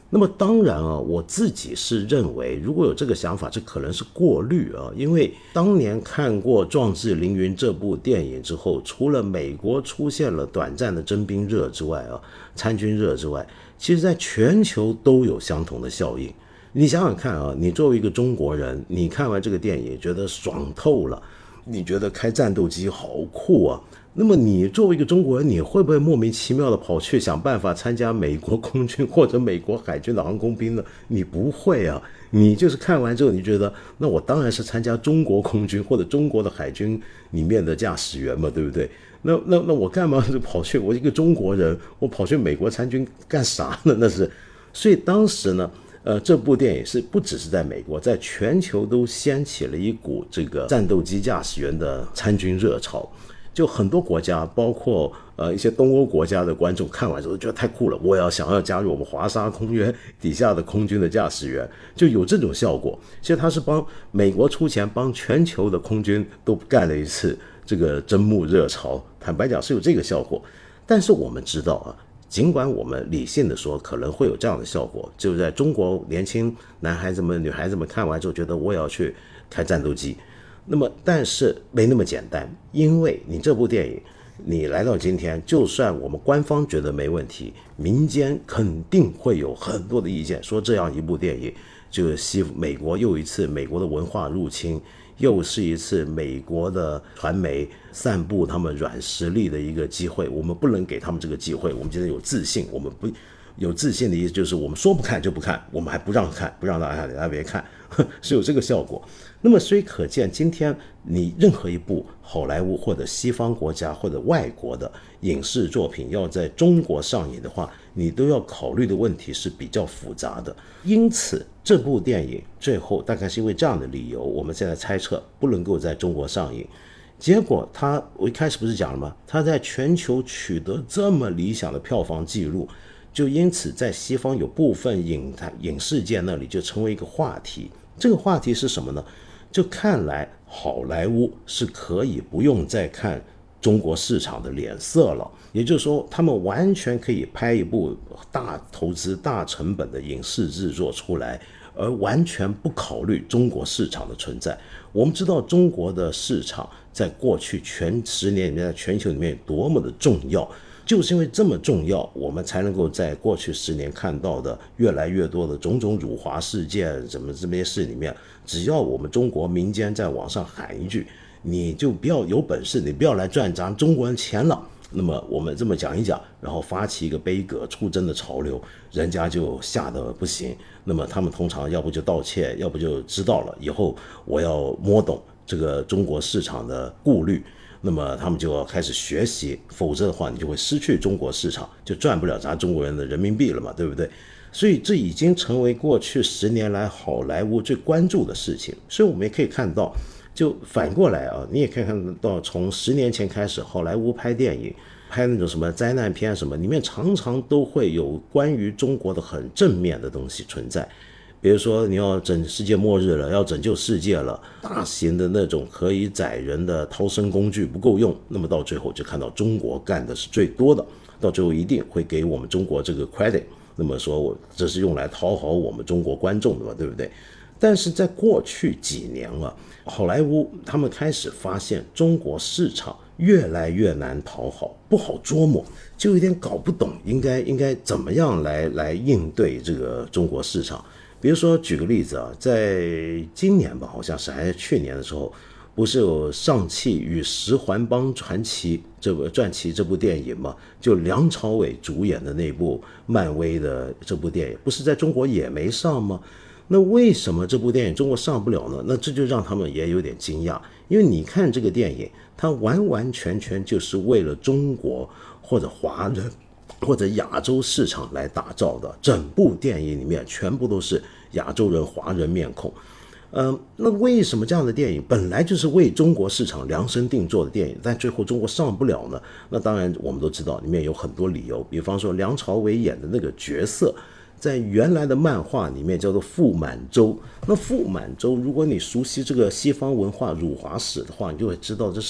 那么当然啊，我自己是认为，如果有这个想法，这可能是过滤啊。因为当年看过《壮志凌云》这部电影之后，除了美国出现了短暂的征兵热之外啊，参军热之外，其实在全球都有相同的效应。你想想看啊，你作为一个中国人，你看完这个电影觉得爽透了，你觉得开战斗机好酷啊。那么你作为一个中国人，你会不会莫名其妙的跑去想办法参加美国空军或者美国海军的航空兵呢？你不会啊，你就是看完之后你觉得，那我当然是参加中国空军或者中国的海军里面的驾驶员嘛，对不对？那那那我干嘛就跑去，我一个中国人，我跑去美国参军干啥呢？那是，所以当时呢，呃，这部电影是不只是在美国，在全球都掀起了一股这个战斗机驾驶员的参军热潮。就很多国家，包括呃一些东欧国家的观众看完之后觉得太酷了，我也要想要加入我们华沙公约底下的空军的驾驶员，就有这种效果。其实他是帮美国出钱，帮全球的空军都干了一次这个征募热潮，坦白讲是有这个效果。但是我们知道啊，尽管我们理性的说可能会有这样的效果，就在中国年轻男孩子们、女孩子们看完之后觉得我也要去开战斗机。那么但是没那么简单，因为你这部电影你来到今天，就算我们官方觉得没问题，民间肯定会有很多的意见，说这样一部电影就是西美国又一次美国的文化入侵，又是一次美国的传媒散布他们软实力的一个机会，我们不能给他们这个机会，我们觉得有自信，我们不有自信的意思就是我们说不看就不看，我们还不让看，不让大家大家别看，是有这个效果。那么所以可见，今天你任何一部好莱坞或者西方国家或者外国的影视作品要在中国上映的话，你都要考虑的问题是比较复杂的。因此这部电影最后大概是因为这样的理由，我们现在猜测不能够在中国上映。结果他我一开始不是讲了吗？他在全球取得这么理想的票房记录，就因此在西方有部分影影视界那里就成为一个话题。这个话题是什么呢？就看来好莱坞是可以不用再看中国市场的脸色了，也就是说他们完全可以拍一部大投资大成本的影视制作出来，而完全不考虑中国市场的存在。我们知道中国的市场在过去全十年里面，在全球里面多么的重要，就是因为这么重要，我们才能够在过去十年看到的越来越多的种种辱华事件什么这些事里面，只要我们中国民间在网上喊一句，你就不要有本事，你不要来赚咱中国人钱了，那么我们这么讲一讲，然后发起一个杯葛出征的潮流，人家就吓得不行。那么他们通常要不就道歉，要不就知道了以后我要摸懂这个中国市场的顾虑，那么他们就要开始学习，否则的话你就会失去中国市场，就赚不了咱中国人的人民币了嘛，对不对？所以这已经成为过去十年来好莱坞最关注的事情。所以我们也可以看到，就反过来啊，你也可以看到，从十年前开始，好莱坞拍电影，拍那种什么灾难片什么，里面常常都会有关于中国的很正面的东西存在。比如说你要整世界末日了，要拯救世界了，大型的那种可以载人的逃生工具不够用，那么到最后就看到中国干的是最多的，到最后一定会给我们中国这个 credit， 那么说我这是用来讨好我们中国观众的嘛，对不对？但是在过去几年啊，好莱坞他们开始发现中国市场越来越难讨好，不好捉摸，就有点搞不懂应该应该怎么样来来应对这个中国市场。比如说举个例子啊，在今年吧，好像是还是去年的时候，不是有上汽与十环帮传奇这部传奇这部电影嘛？就梁朝伟主演的那部漫威的这部电影，不是在中国也没上吗？那为什么这部电影中国上不了呢？那这就让他们也有点惊讶，因为你看这个电影，它完完全全就是为了中国或者华人或者亚洲市场来打造的，整部电影里面全部都是亚洲人华人面孔。嗯，那为什么这样的电影本来就是为中国市场量身定做的电影，但最后中国上不了呢？那当然我们都知道里面有很多理由，比方说梁朝伟演的那个角色在原来的漫画里面叫做傅满洲，那傅满洲如果你熟悉这个西方文化辱华史的话，你就会知道这是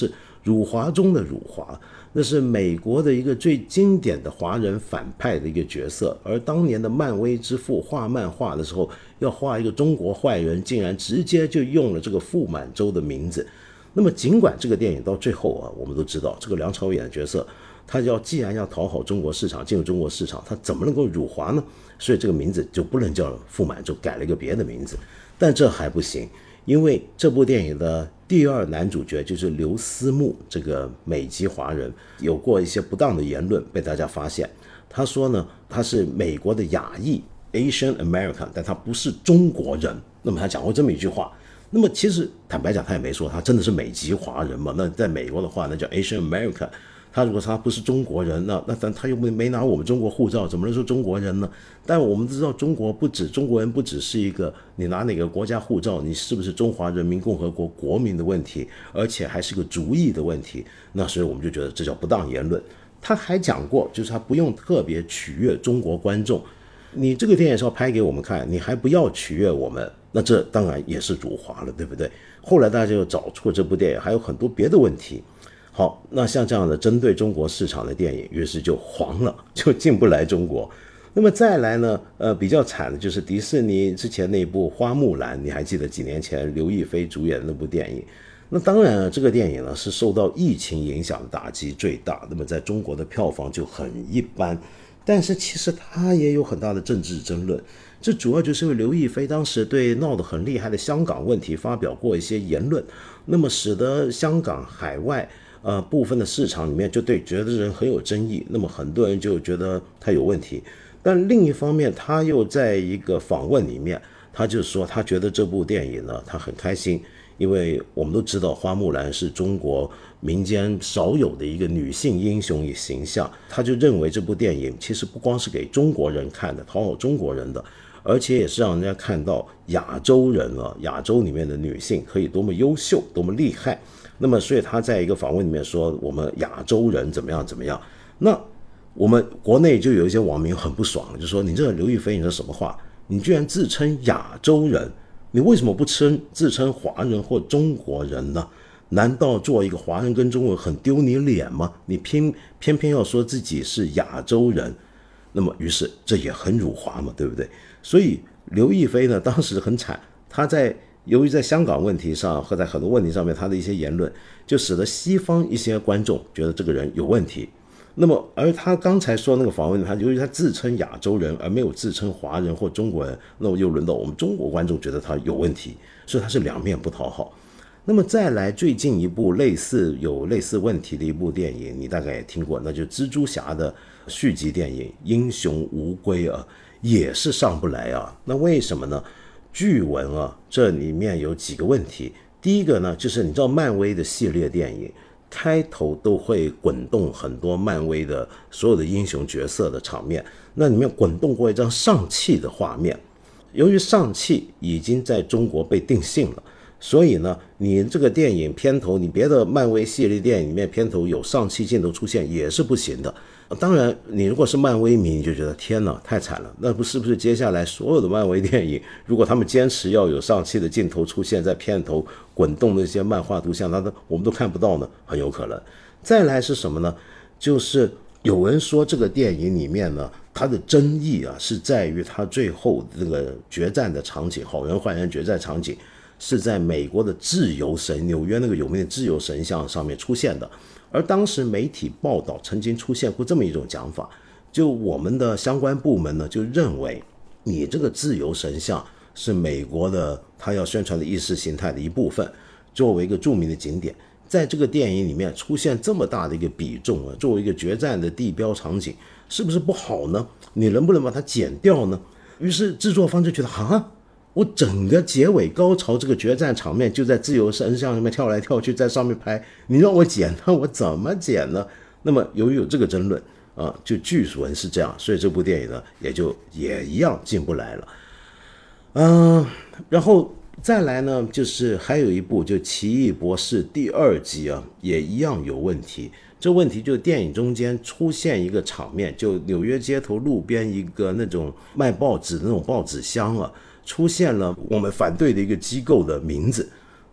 辱华中的辱华，那是美国的一个最经典的华人反派的一个角色。而当年的漫威之父画漫画的时候，要画一个中国坏人，竟然直接就用了这个傅满洲的名字。那么尽管这个电影到最后啊，我们都知道这个梁朝伟的角色，他要既然要讨好中国市场，进入中国市场，他怎么能够辱华呢？所以这个名字就不能叫傅满洲，改了一个别的名字。但这还不行，因为这部电影的第二男主角就是刘思慕，这个美籍华人，有过一些不当的言论被大家发现。他说呢，他是美国的亚裔 Asian American， 但他不是中国人。那么他讲过这么一句话。那么其实坦白讲，他也没说他真的是美籍华人嘛。那在美国的话，那叫 Asian American。他如果他不是中国人，那那但他又没拿我们中国护照，怎么能说中国人呢？但我们知道，中国不止中国人，不只是一个你拿哪个国家护照，你是不是中华人民共和国国民的问题，而且还是个族裔的问题。那所以我们就觉得这叫不当言论。他还讲过，就是他不用特别取悦中国观众。你这个电影是要拍给我们看，你还不要取悦我们，那这当然也是辱华了，对不对？后来大家就找出这部电影还有很多别的问题。好，那像这样的针对中国市场的电影，于是就黄了，就进不来中国。那么再来呢，呃，比较惨的就是迪士尼之前那部《花木兰》，你还记得几年前刘亦菲主演的那部电影？那当然了，这个电影呢是受到疫情影响的打击最大，那么在中国的票房就很一般。但是其实它也有很大的政治争论，这主要就是因为刘亦菲当时对闹得很厉害的香港问题发表过一些言论，那么使得香港海外呃部分的市场里面就对觉得人很有争议，那么很多人就觉得他有问题。但另一方面，他又在一个访问里面，他就说他觉得这部电影呢，他很开心，因为我们都知道花木兰是中国民间少有的一个女性英雄形象，他就认为这部电影其实不光是给中国人看的，讨好中国人的，而且也是让人家看到亚洲人啊，亚洲里面的女性可以多么优秀，多么厉害。那么所以他在一个访问里面说，我们亚洲人怎么样怎么样。那我们国内就有一些网民很不爽，就说你这个刘亦菲，你说什么话？你居然自称亚洲人，你为什么不称自称华人或中国人呢？难道做一个华人跟中国人很丢你脸吗？你偏偏偏要说自己是亚洲人，那么于是这也很辱华嘛，对不对？所以刘亦菲呢，当时很惨，她在由于在香港问题上和在很多问题上面，她的一些言论，就使得西方一些观众觉得这个人有问题。那么而他刚才说那个访问，他由于他自称亚洲人而没有自称华人或中国人，那么又轮到我们中国观众觉得他有问题，所以他是两面不讨好。那么再来最近一部类似有类似问题的一部电影，你大概也听过，那就是蜘蛛侠的续集电影《英雄无归》啊，也是上不来啊。那为什么呢？据闻啊，这里面有几个问题。第一个呢，就是你知道漫威的系列电影开头都会滚动很多漫威的所有的英雄角色的场面，那里面滚动过一张上汽的画面。由于上汽已经在中国被定性了，所以呢，你这个电影片头，你别的漫威系列电影里面片头有上汽镜头出现也是不行的。当然你如果是漫威迷，你就觉得天哪，太惨了，那不是不是接下来所有的漫威电影，如果他们坚持要有上汽的镜头出现在片头滚动的一些漫画图像，那我们都看不到呢，很有可能。再来是什么呢？就是有人说这个电影里面呢，它的争议啊是在于它最后这个决战的场景，好人坏人决战场景是在美国的自由神，纽约那个有名的自由神像上面出现的。而当时媒体报道曾经出现过这么一种讲法，就我们的相关部门呢就认为你这个自由神像是美国的他要宣传的意识形态的一部分，作为一个著名的景点，在这个电影里面出现这么大的一个比重啊，作为一个决战的地标场景，是不是不好呢？你能不能把它剪掉呢？于是制作方就觉得啊，我整个结尾高潮这个决战场面就在自由神像上面跳来跳去，在上面拍，你让我剪，那我怎么剪呢？那么由于有这个争论啊，就据闻是这样，所以这部电影呢也就也一样进不来了。嗯、呃，然后再来呢，就是还有一部就《奇异博士》第二集啊，也一样有问题。这问题就是电影中间出现一个场面，就纽约街头路边一个那种卖报纸的那种报纸箱啊，出现了我们反对的一个机构的名字。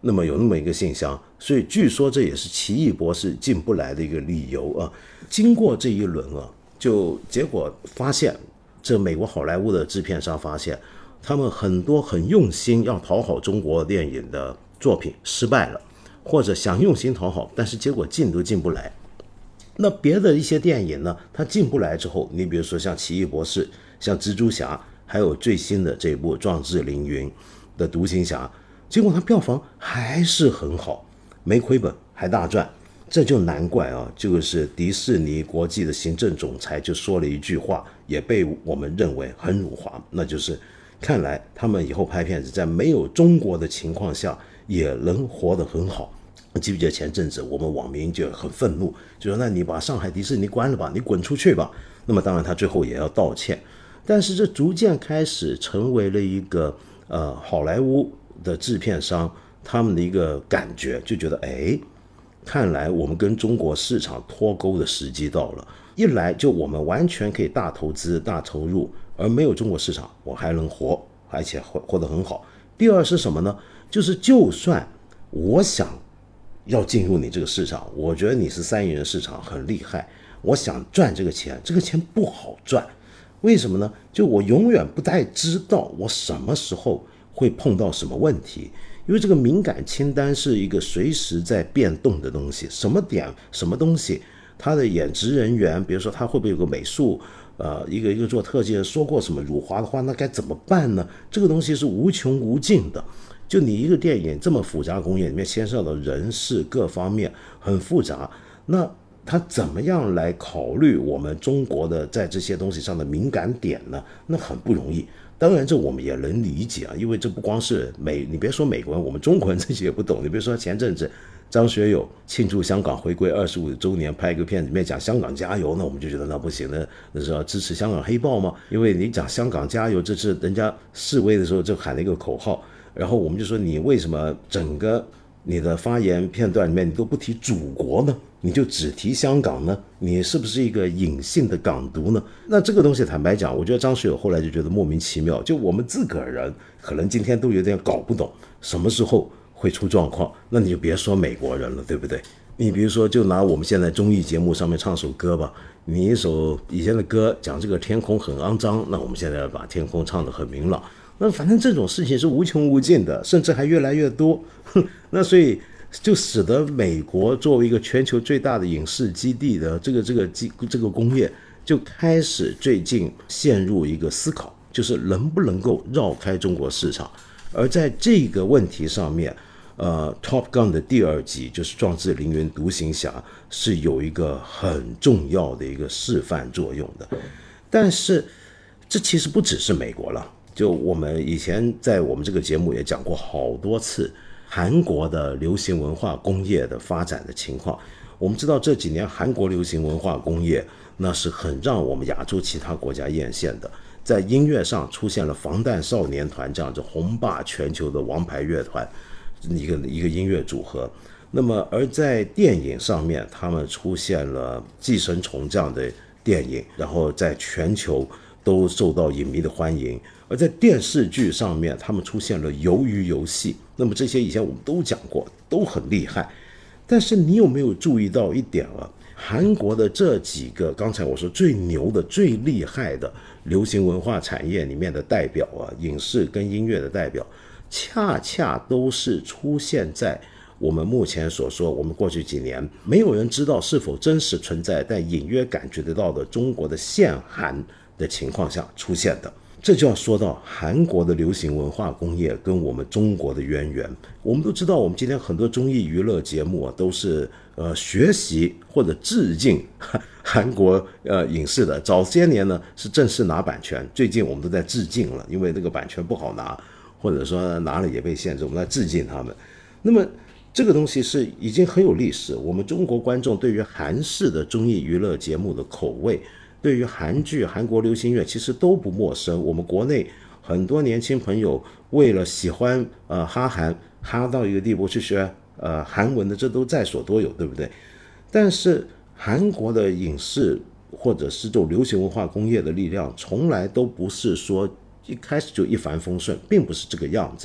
那么有那么一个信箱，所以据说这也是奇异博士进不来的一个理由啊。经过这一轮啊，就结果发现，这美国好莱坞的制片商发现，他们很多很用心要讨好中国电影的作品失败了，或者想用心讨好，但是结果进都进不来。那别的一些电影呢，它进不来之后，你比如说像奇异博士、像蜘蛛侠，还有最新的这部壮志凌云的独行侠，结果它票房还是很好，没亏本还大赚。这就难怪啊，就是迪士尼国际的行政总裁就说了一句话，也被我们认为很辱华，那就是看来他们以后拍片子在没有中国的情况下也能活得很好。记不记得前阵子我们网民就很愤怒，就说那你把上海迪士尼关了吧，你滚出去吧。那么当然他最后也要道歉，但是这逐渐开始成为了一个呃好莱坞的制片商他们的一个感觉，就觉得哎，看来我们跟中国市场脱钩的时机到了。一来就我们完全可以大投资大投入，而没有中国市场我还能活，而且活活得很好。第二是什么呢？就是就算我想要进入你这个市场，我觉得你是三亿人市场很厉害，我想赚这个钱，这个钱不好赚。为什么呢？就我永远不太知道我什么时候会碰到什么问题，因为这个敏感清单是一个随时在变动的东西，什么点什么东西，他的演职人员，比如说他会不会有个美术呃，一个一个做特技说过什么辱华的话，那该怎么办呢？这个东西是无穷无尽的。就你一个电影这么复杂工业里面牵涉到人事各方面很复杂，那他怎么样来考虑我们中国的在这些东西上的敏感点呢？那很不容易。当然这我们也能理解啊，因为这不光是美，你别说美国人，我们中国人这些也不懂。你比如说前阵子张学友庆祝香港回归二十五周年，拍一个片子里面讲香港加油，那我们就觉得那不行，那那是要支持香港黑豹吗？因为你讲香港加油，这是人家示威的时候就喊了一个口号，然后我们就说你为什么整个你的发言片段里面你都不提祖国呢？你就只提香港呢？你是不是一个隐性的港独呢？那这个东西坦白讲，我觉得张学友后来就觉得莫名其妙，就我们自个儿人可能今天都有点搞不懂什么时候会出状况，那你就别说美国人了，对不对？你比如说就拿我们现在综艺节目上面唱首歌吧，你一首以前的歌讲这个天空很肮脏，那我们现在要把天空唱得很明朗，那反正这种事情是无穷无尽的，甚至还越来越多。那所以就使得美国作为一个全球最大的影视基地的这个这个这个工业，就开始最近陷入一个思考，就是能不能够绕开中国市场。而在这个问题上面，呃 Top Gun 的第二集就是壮志凌云独行侠是有一个很重要的一个示范作用的。但是这其实不只是美国了，就我们以前在我们这个节目也讲过好多次韩国的流行文化工业的发展的情况。我们知道这几年韩国流行文化工业那是很让我们亚洲其他国家艳羡的，在音乐上出现了防弹少年团这样子红霸全球的王牌乐团，一个一个音乐组合。那么而在电影上面，他们出现了寄生虫这样的电影，然后在全球都受到影迷的欢迎。而在电视剧上面，他们出现了鱿鱼游戏，那么这些以前我们都讲过，都很厉害。但是你有没有注意到一点啊？韩国的这几个刚才我说最牛的最厉害的流行文化产业里面的代表啊，影视跟音乐的代表，恰恰都是出现在我们目前所说我们过去几年没有人知道是否真实存在，但隐约感觉得到的中国的限韩的情况下出现的。这就要说到韩国的流行文化工业跟我们中国的渊源。我们都知道，我们今天很多综艺娱乐节目啊，都是呃学习或者致敬韩国呃影视的。早些年呢是正式拿版权，最近我们都在致敬了，因为这个版权不好拿，或者说拿了也被限制，我们在致敬他们。那么这个东西是已经很有历史，我们中国观众对于韩式的综艺娱乐节目的口味，对于韩剧、韩国流行乐其实都不陌生。我们国内很多年轻朋友为了喜欢呃哈韩，哈到一个地步去学呃韩文的，这都在所多有，对不对？但是韩国的影视或者是这种流行文化工业的力量，从来都不是说一开始就一帆风顺，并不是这个样子。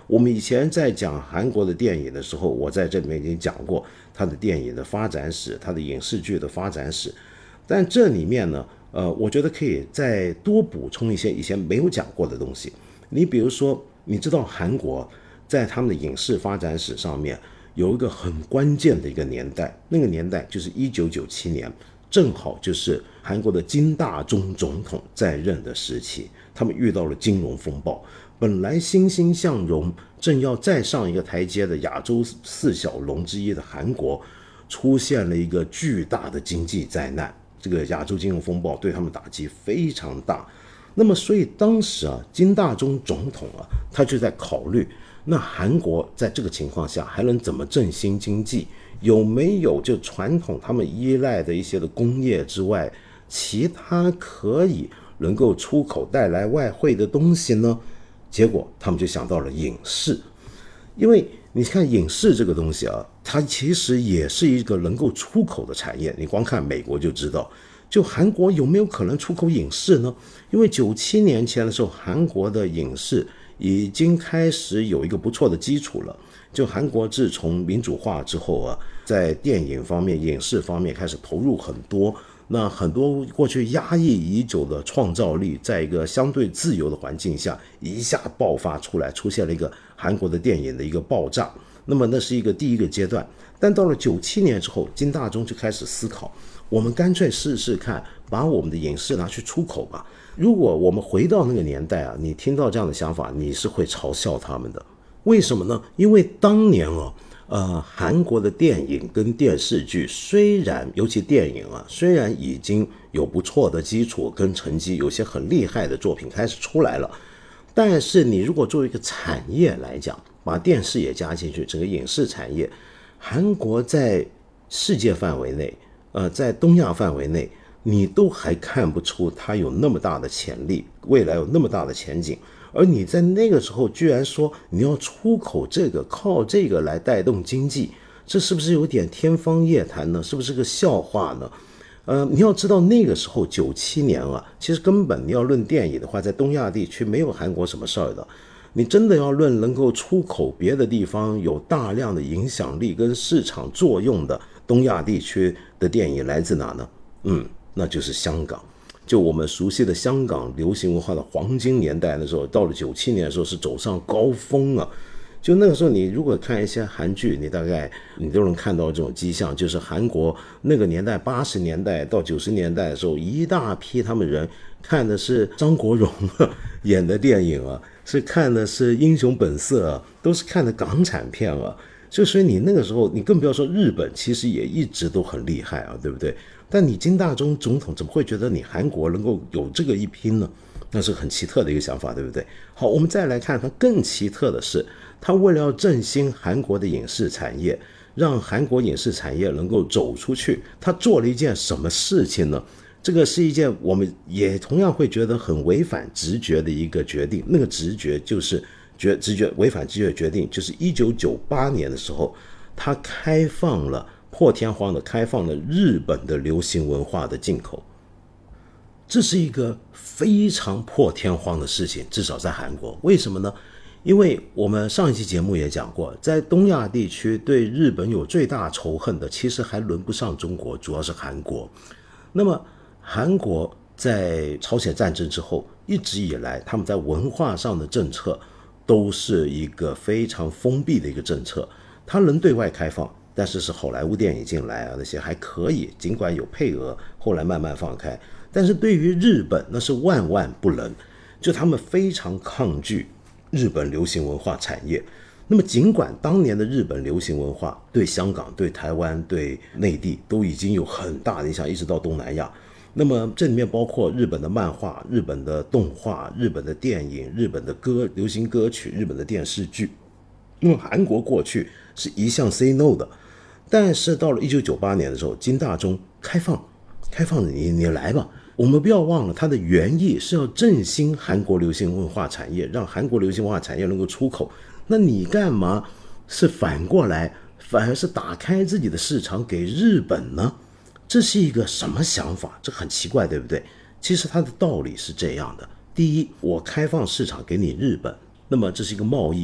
我们以前在讲韩国的电影的时候，我在这里面已经讲过它的电影的发展史，它的影视剧的发展史。但这里面呢，呃，我觉得可以再多补充一些以前没有讲过的东西。你比如说，你知道韩国在他们的影视发展史上面有一个很关键的一个年代，那个年代就是一九九七年，正好就是韩国的金大中总统在任的时期，他们遇到了金融风暴。本来欣欣向荣，正要再上一个台阶的亚洲四小龙之一的韩国，出现了一个巨大的经济灾难。这个亚洲金融风暴对他们打击非常大。那么，所以当时啊，金大中总统啊，他就在考虑，那韩国在这个情况下还能怎么振兴经济？有没有就传统他们依赖的一些的工业之外，其他可以能够出口带来外汇的东西呢？结果他们就想到了影视，因为你看影视这个东西啊，它其实也是一个能够出口的产业。你光看美国就知道，就韩国有没有可能出口影视呢？因为九七年前的时候，韩国的影视已经开始有一个不错的基础了。就韩国自从民主化之后啊，在电影方面、影视方面开始投入很多。那很多过去压抑已久的创造力，在一个相对自由的环境下一下爆发出来，出现了一个韩国的电影的一个爆炸。那么那是一个第一个阶段。但到了九七年之后，金大中就开始思考，我们干脆试试看，把我们的影视拿去出口吧。如果我们回到那个年代啊，你听到这样的想法，你是会嘲笑他们的。为什么呢？因为当年哦。呃，韩国的电影跟电视剧虽然，尤其电影啊，虽然已经有不错的基础跟成绩，有些很厉害的作品开始出来了，但是你如果作为一个产业来讲，把电视也加进去，整个影视产业，韩国在世界范围内，呃，在东亚范围内，你都还看不出它有那么大的潜力，未来有那么大的前景。而你在那个时候居然说你要出口这个，靠这个来带动经济，这是不是有点天方夜谭呢？是不是个笑话呢？呃，你要知道那个时候九七年啊，其实根本你要论电影的话，在东亚地区没有韩国什么事儿的。你真的要论能够出口别的地方有大量的影响力跟市场作用的东亚地区的电影来自哪呢？嗯，那就是香港。就我们熟悉的香港流行文化的黄金年代的时候，到了九七年的时候是走上高峰啊。就那个时候，你如果看一些韩剧，你大概你都能看到这种迹象，就是韩国那个年代八十年代到九十年代的时候，一大批他们人看的是张国荣演的电影啊，是看的是英雄本色啊，都是看的港产片啊。就所以你那个时候，你更不要说日本，其实也一直都很厉害啊，对不对？但你金大中总统怎么会觉得你韩国能够有这个一拼呢？那是很奇特的一个想法，对不对？好，我们再来看它更奇特的是，他为了要振兴韩国的影视产业，让韩国影视产业能够走出去，他做了一件什么事情呢？这个是一件我们也同样会觉得很违反直觉的一个决定。那个直觉就是觉直觉违反直觉的决定，就是一九九八年的时候，他开放了。破天荒的开放了日本的流行文化的进口，这是一个非常破天荒的事情，至少在韩国。为什么呢？因为我们上一期节目也讲过，在东亚地区对日本有最大仇恨的，其实还轮不上中国，主要是韩国。那么韩国在朝鲜战争之后，一直以来他们在文化上的政策都是一个非常封闭的一个政策，它能对外开放，但是是好莱坞电影进来啊，那些还可以，尽管有配额，后来慢慢放开。但是对于日本，那是万万不能，就他们非常抗拒日本流行文化产业。那么尽管当年的日本流行文化对香港、对台湾、对内地都已经有很大的影响，一直到东南亚，那么这里面包括日本的漫画、日本的动画、日本的电影、日本的歌、流行歌曲、日本的电视剧。因为韩国过去是一向 say no 的，但是到了一九九八年的时候，金大中开放，开放你你来吧。我们不要忘了，它的原意是要振兴韩国流行文化产业，让韩国流行文化产业能够出口。那你干嘛是反过来，反而是打开自己的市场给日本呢？这是一个什么想法？这很奇怪，对不对？其实它的道理是这样的：第一，我开放市场给你日本，那么这是一个贸易嘛。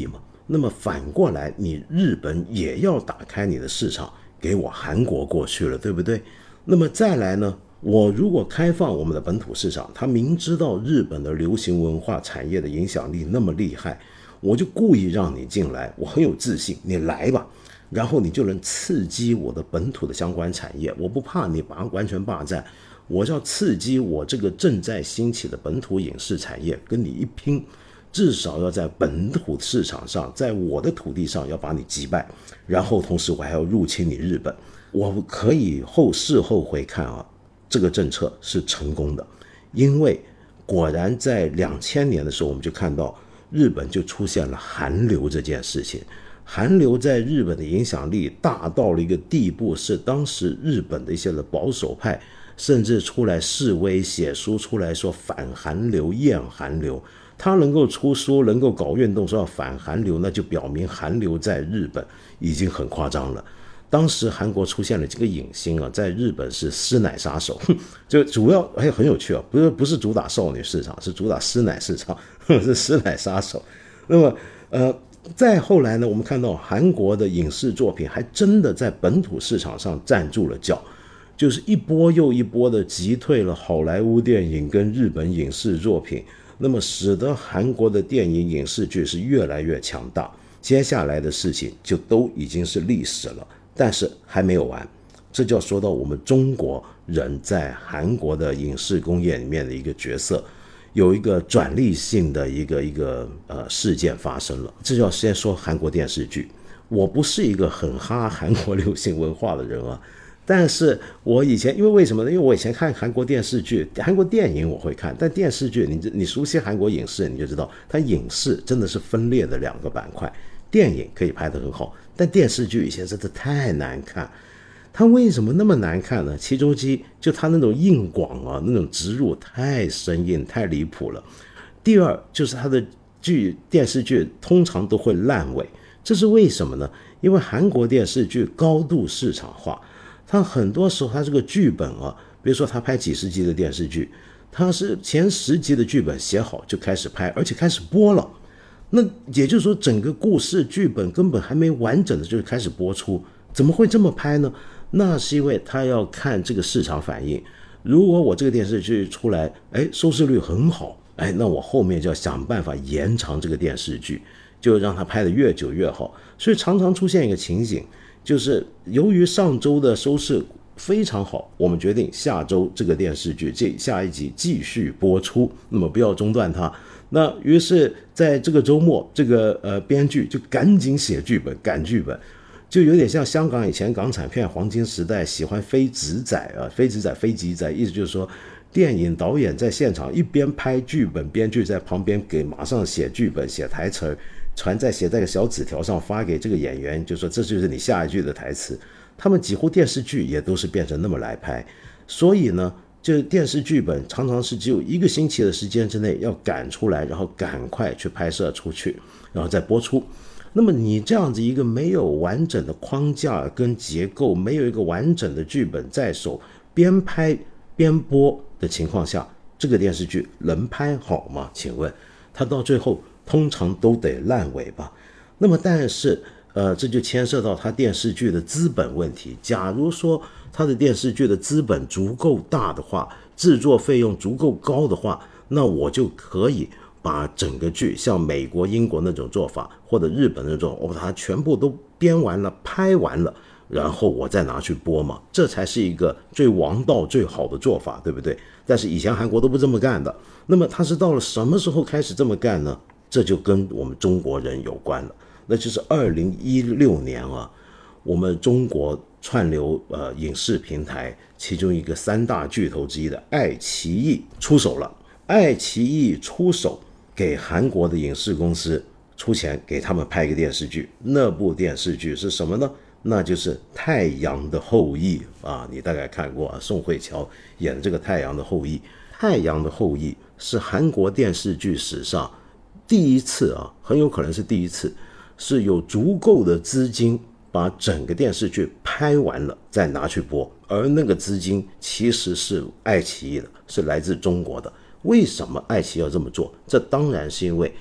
那么反过来，你日本也要打开你的市场给我韩国过去了，对不对？那么再来呢，我如果开放我们的本土市场，他明知道日本的流行文化产业的影响力那么厉害，我就故意让你进来，我很有自信，你来吧，然后你就能刺激我的本土的相关产业，我不怕你把它完全霸占，我要刺激我这个正在兴起的本土影视产业，跟你一拼，至少要在本土市场上，在我的土地上要把你击败，然后同时我还要入侵你日本。我可以后事后回看啊，这个政策是成功的，因为果然在两千年的时候，我们就看到日本就出现了韩流这件事情。韩流在日本的影响力大到了一个地步，是当时日本的一些的保守派甚至出来示威写书出来说反韩流厌韩流，他能够出书能够搞运动说要反韩流，那就表明韩流在日本已经很夸张了。当时韩国出现了这个影星啊，在日本是师奶杀手，就主要还很有趣啊，不是不是主打少女市场，是主打师奶市场，是师奶杀手。那么呃，再后来呢，我们看到韩国的影视作品还真的在本土市场上站住了脚，就是一波又一波的击退了好莱坞电影跟日本影视作品，那么使得韩国的电影影视剧是越来越强大。接下来的事情就都已经是历史了。但是还没有完，这就要说到我们中国人在韩国的影视工业里面的一个角色，有一个转捩性的一个一个呃事件发生了。这就要先说韩国电视剧。我不是一个很哈韩国流行文化的人啊，但是我以前因为为什么呢？因为我以前看韩国电视剧，韩国电影我会看，但电视剧你你熟悉韩国影视，你就知道它影视真的是分裂的两个板块。电影可以拍得很好，但电视剧以前真的太难看。它为什么那么难看呢？其中之一就它那种硬广啊，那种植入太生硬太离谱了。第二就是它的剧电视剧通常都会烂尾，这是为什么呢？因为韩国电视剧高度市场化，它很多时候它这个剧本啊，比如说它拍几十集的电视剧，它是前十集的剧本写好就开始拍，而且开始播了。那也就是说整个故事剧本根本还没完整的就开始播出，怎么会这么拍呢？那是因为他要看这个市场反应。如果我这个电视剧出来，哎，收视率很好，哎，那我后面就要想办法延长这个电视剧，就让它拍得越久越好。所以常常出现一个情景，就是由于上周的收视非常好，我们决定下周这个电视剧这下一集继续播出，那么不要中断它。那于是在这个周末，这个呃编剧就赶紧写剧本赶剧本，就有点像香港以前港产片黄金时代喜欢飞直仔啊，飞直仔飞机仔，意思就是说电影导演在现场一边拍剧本，编剧在旁边给马上写剧本写台词，传在写在个小纸条上发给这个演员，就说这就是你下一句的台词。他们几乎电视剧也都是变成那么来拍，所以呢就电视剧本常常是只有一个星期的时间之内要赶出来，然后赶快去拍摄出去，然后再播出。那么你这样子一个没有完整的框架跟结构，没有一个完整的剧本在手，边拍边播的情况下，这个电视剧能拍好吗？请问它到最后通常都得烂尾吧。那么但是呃，这就牵涉到它电视剧的资本问题。假如说它的电视剧的资本足够大的话，制作费用足够高的话，那我就可以把整个剧像美国英国那种做法，或者日本那种，我把它全部都编完了拍完了，然后我再拿去播嘛，这才是一个最王道最好的做法，对不对？但是以前韩国都不这么干的。那么它是到了什么时候开始这么干呢？这就跟我们中国人有关了。那就是二零一六年啊，我们中国串流呃影视平台其中一个三大巨头之一的爱奇艺出手了。爱奇艺出手给韩国的影视公司出钱给他们拍一个电视剧，那部电视剧是什么呢？那就是《太阳的后裔》啊，你大概看过啊，宋慧乔演的这个《太阳的后裔》。《太阳的后裔》是韩国电视剧史上第一次啊，很有可能是第一次，是有足够的资金把整个电视剧拍完了再拿去播，而那个资金其实是爱奇艺的，是来自中国的。为什么爱奇艺要这么做？这当然是因为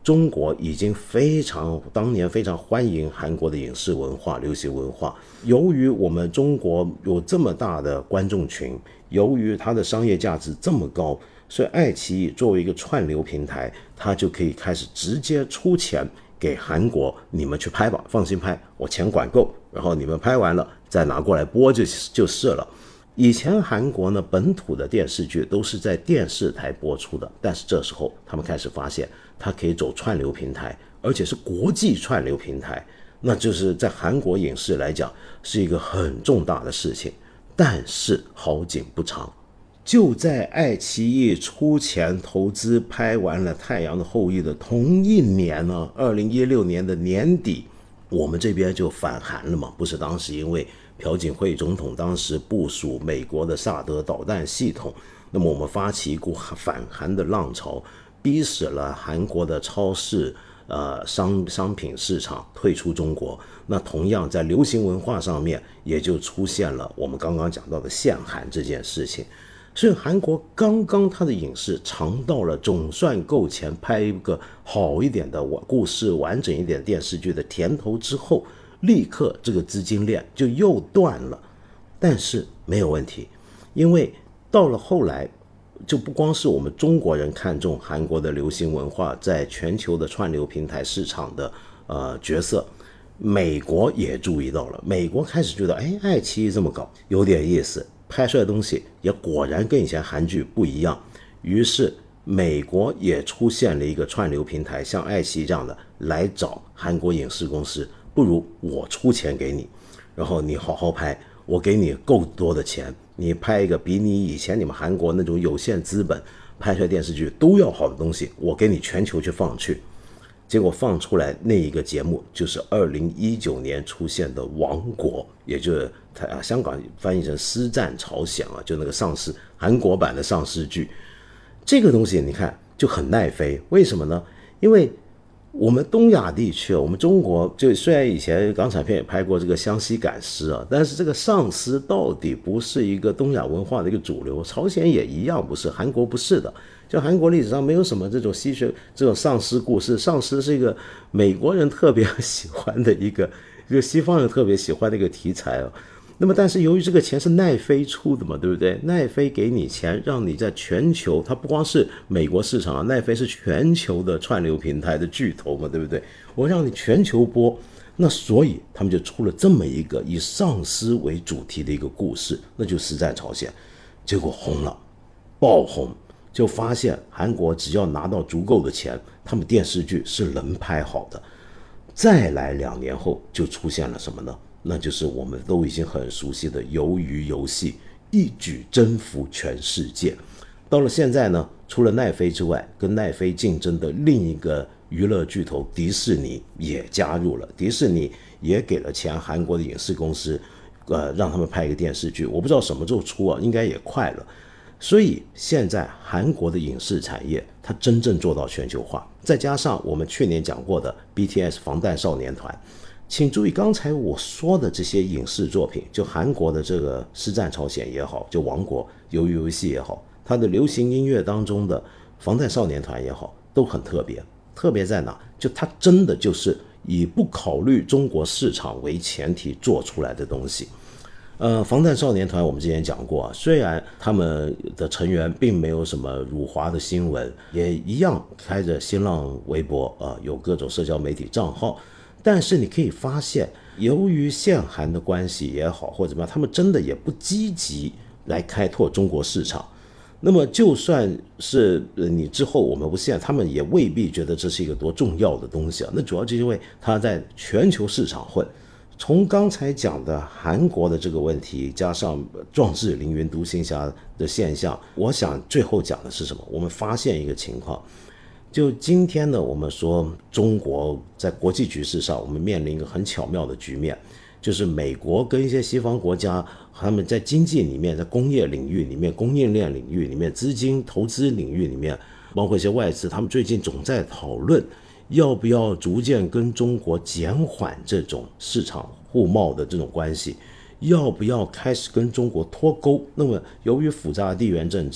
中国已经非常当年非常欢迎韩国的影视文化、流行文化。由于我们中国有这么大的观众群，由于它的商业价值这么高，所以爱奇艺作为一个串流平台，它就可以开始直接出钱给韩国，你们去拍吧，放心拍，我钱管够，然后你们拍完了再拿过来播就就是了。以前韩国呢本土的电视剧都是在电视台播出的，但是这时候他们开始发现它可以走串流平台，而且是国际串流平台，那就是在韩国影视来讲是一个很重大的事情。但是好景不长，就在爱奇艺出钱投资拍完了《太阳的后裔》的同一年呢，二零一六年的年底，我们这边就反韩了嘛，不是当时因为朴槿惠总统当时部署美国的萨德导弹系统，那么我们发起一股反韩的浪潮，逼使了韩国的超市呃商商品市场退出中国。那同样在流行文化上面也就出现了我们刚刚讲到的限韩这件事情。所以韩国刚刚它的影视尝到了总算够钱拍一个好一点的故事、完整一点的电视剧的甜头之后，立刻这个资金链就又断了。但是没有问题，因为到了后来就不光是我们中国人看重韩国的流行文化在全球的串流平台市场的呃角色，美国也注意到了，美国开始觉得哎，爱奇艺这么搞有点意思，拍出来的东西也果然跟以前韩剧不一样，于是美国也出现了一个串流平台，像爱奇艺这样的来找韩国影视公司，不如我出钱给你，然后你好好拍，我给你够多的钱，你拍一个比你以前你们韩国那种有限资本拍出来电视剧都要好的东西，我给你全球去放去。结果放出来那一个节目就是二零一九年出现的《亡国》，也就是啊香港翻译成《师战朝鲜》啊，就那个丧尸韩国版的丧尸剧。这个东西你看就很奈飞，为什么呢？因为我们东亚地区，我们中国就虽然以前港产片也拍过这个湘西赶尸啊，但是这个丧尸到底不是一个东亚文化的一个主流，朝鲜也一样不是，韩国不是的。就韩国历史上没有什么这种吸血这种丧尸故事，丧尸是一个美国人特别喜欢的一个，一个西方人特别喜欢的一个题材哦。那么但是由于这个钱是奈飞出的嘛，对不对？奈飞给你钱让你在全球，它不光是美国市场啊，奈飞是全球的串流平台的巨头嘛，对不对？我让你全球播，那所以他们就出了这么一个以丧尸为主题的一个故事，那就实战朝鲜，结果红了，爆红。就发现韩国只要拿到足够的钱，他们电视剧是能拍好的。再来两年后就出现了什么呢？那就是我们都已经很熟悉的鱿鱼游戏，一举征服全世界。到了现在呢，除了奈飞之外，跟奈飞竞争的另一个娱乐巨头迪士尼也加入了，迪士尼也给了钱韩国的影视公司，呃，让他们拍一个电视剧，我不知道什么时候出啊，应该也快了。所以现在韩国的影视产业它真正做到全球化，再加上我们去年讲过的 B T S 防弹少年团，请注意刚才我说的这些影视作品，就韩国的这个师战朝鲜也好，就亡国鱿鱼游戏也好，它的流行音乐当中的防弹少年团也好，都很特别。特别在哪？就它真的就是以不考虑中国市场为前提做出来的东西。呃，防弹少年团我们之前讲过啊，虽然他们的成员并没有什么辱华的新闻，也一样开着新浪微博啊、呃，有各种社交媒体账号，但是你可以发现，由于限韩的关系也好，或者怎么样，他们真的也不积极来开拓中国市场。那么就算是你之后我们不限，他们也未必觉得这是一个多重要的东西啊。那主要就是因为他在全球市场混。从刚才讲的韩国的这个问题，加上壮志凌云独行侠的现象，我想最后讲的是什么？我们发现一个情况，就今天呢，我们说中国在国际局势上，我们面临一个很巧妙的局面，就是美国跟一些西方国家，他们在经济里面，在工业领域里面、供应链领域里面、资金投资领域里面，包括一些外资，他们最近总在讨论要不要逐渐跟中国减缓这种市场互贸的这种关系，要不要开始跟中国脱钩。那么由于复杂的地缘政治，这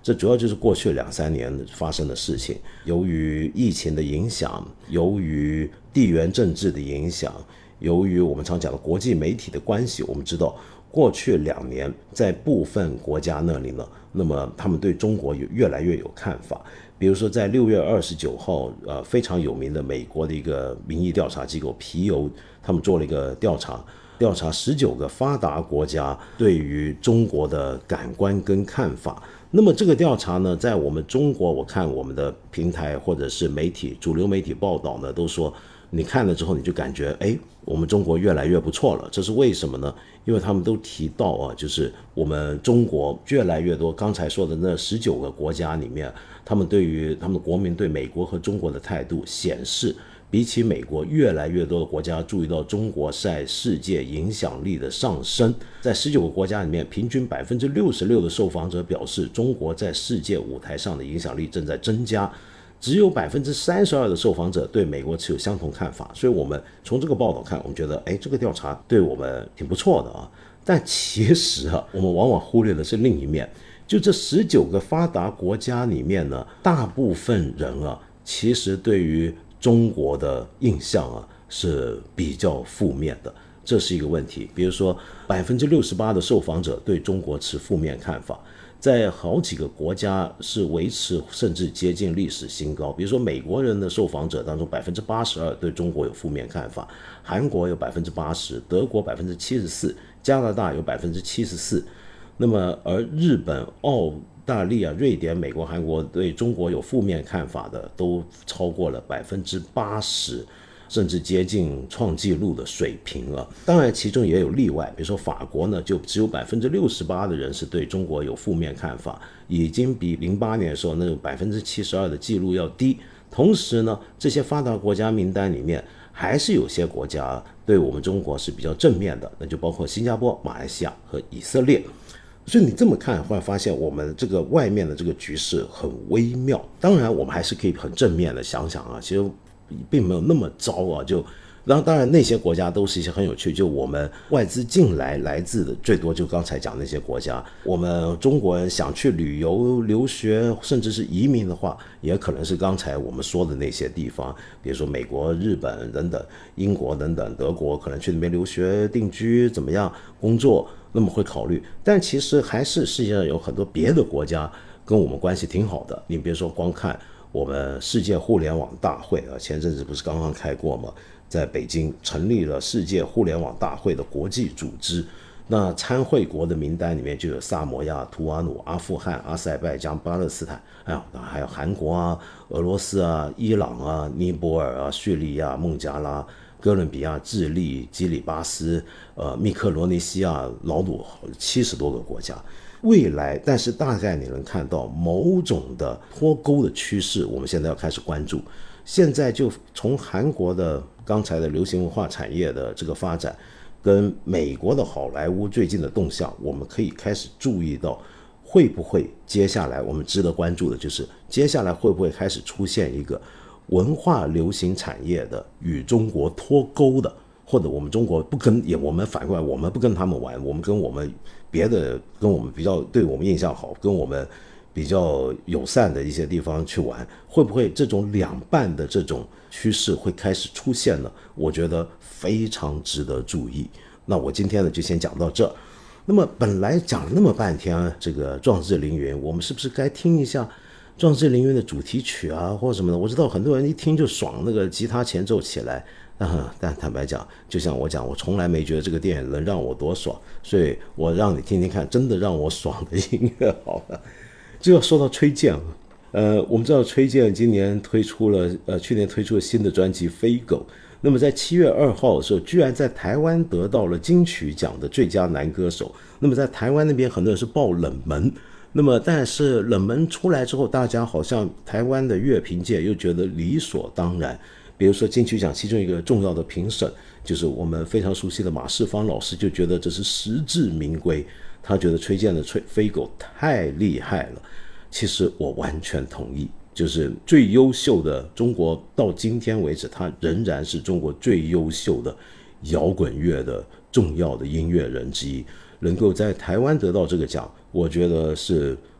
这主要就是过去两三年发生的事情。由于疫情的影响，由于地缘政治的影响，由于我们常讲的国际媒体的关系，我们知道过去两年在部分国家那里呢，那么他们对中国有越来越有看法。比如说在六月二十九号，呃，非常有名的美国的一个民意调查机构皮尤，他们做了一个调查，调查十九个发达国家对于中国的感官跟看法。那么这个调查呢，在我们中国，我看我们的平台或者是媒体主流媒体报道呢，都说你看了之后你就感觉，哎，我们中国越来越不错了。这是为什么呢？因为他们都提到啊，就是我们中国越来越多，刚才说的那十九个国家里面，他们对于他们的国民对美国和中国的态度显示，比起美国，越来越多的国家注意到中国在世界影响力的上升。在十九个国家里面，平均百分之六十六的受访者表示，中国在世界舞台上的影响力正在增加。只有百分之三十二的受访者对美国持有相同看法。所以我们从这个报道看，我们觉得，哎，这个调查对我们挺不错的啊。但其实啊，我们往往忽略的是另一面。就这十九个发达国家里面呢，大部分人啊，其实对于中国的印象啊是比较负面的，这是一个问题。比如说，百分之六十八的受访者对中国持负面看法，在好几个国家是维持甚至接近历史新高。比如说，美国人的受访者当中，百分之八十二对中国有负面看法，韩国有百分之八十，德国百分之七十四，加拿大有百分之七十四。那么，而日本、澳大利亚、瑞典、美国、韩国对中国有负面看法的都超过了百分之八十，甚至接近创纪录的水平了。当然，其中也有例外，比如说法国呢，就只有百分之六十八的人是对中国有负面看法，已经比零八年的时候那个百分之七十二的记录要低。同时呢，这些发达国家名单里面还是有些国家对我们中国是比较正面的，那就包括新加坡、马来西亚和以色列。所以你这么看会发现我们这个外面的这个局势很微妙。当然我们还是可以很正面的想想啊，其实并没有那么糟啊。就当然那些国家都是一些很有趣，就我们外资进来来自的最多就刚才讲那些国家，我们中国人想去旅游、留学甚至是移民的话，也可能是刚才我们说的那些地方，比如说美国、日本等等，英国等等，德国可能去那边留学定居怎么样工作，那么会考虑。但其实还是世界上有很多别的国家跟我们关系挺好的。你别说光看我们世界互联网大会啊，前阵子不是刚刚开过吗？在北京成立了世界互联网大会的国际组织，那参会国的名单里面就有萨摩亚、图瓦努、阿富汗、阿塞拜疆、巴勒斯坦，还有还有韩国啊、俄罗斯啊、伊朗啊、尼泊尔啊、叙利亚、孟加拉、哥伦比亚、智利、基里巴斯、呃密克罗尼西亚、老挝，七十多个国家。未来，但是大概你能看到某种的脱钩的趋势，我们现在要开始关注。现在就从韩国的刚才的流行文化产业的这个发展，跟美国的好莱坞最近的动向，我们可以开始注意到，会不会接下来我们值得关注的就是，接下来会不会开始出现一个文化流行产业的与中国脱钩的，或者我们中国不跟也我们反过来我们不跟他们玩，我们跟我们别的跟我们比较对我们印象好，跟我们比较友善的一些地方去玩，会不会这种两半的这种趋势会开始出现呢？我觉得非常值得注意。那我今天呢就先讲到这。那么本来讲了那么半天这个壮志凌云，我们是不是该听一下壮志凌云的主题曲啊或什么的？我知道很多人一听就爽，那个吉他前奏起来啊，但坦白讲，就像我讲，我从来没觉得这个电影能让我多爽，所以我让你听听看真的让我爽的音乐好了。就要说到崔健，呃，我们知道崔健今年推出了，呃，去年推出了新的专辑《飞狗》。那么在七月二号的时候，居然在台湾得到了金曲奖的最佳男歌手。那么在台湾那边很多人是报冷门，那么但是冷门出来之后，大家好像台湾的乐评界又觉得理所当然。比如说金曲奖其中一个重要的评审，就是我们非常熟悉的马世芳老师，就觉得这是实至名归。他觉得崔健的《飞狗》太厉害了，其实我完全同意，就是最优秀的中国到今天为止，他仍然是中国最优秀的摇滚乐的重要的音乐人之一，能够在台湾得到这个奖，我觉得是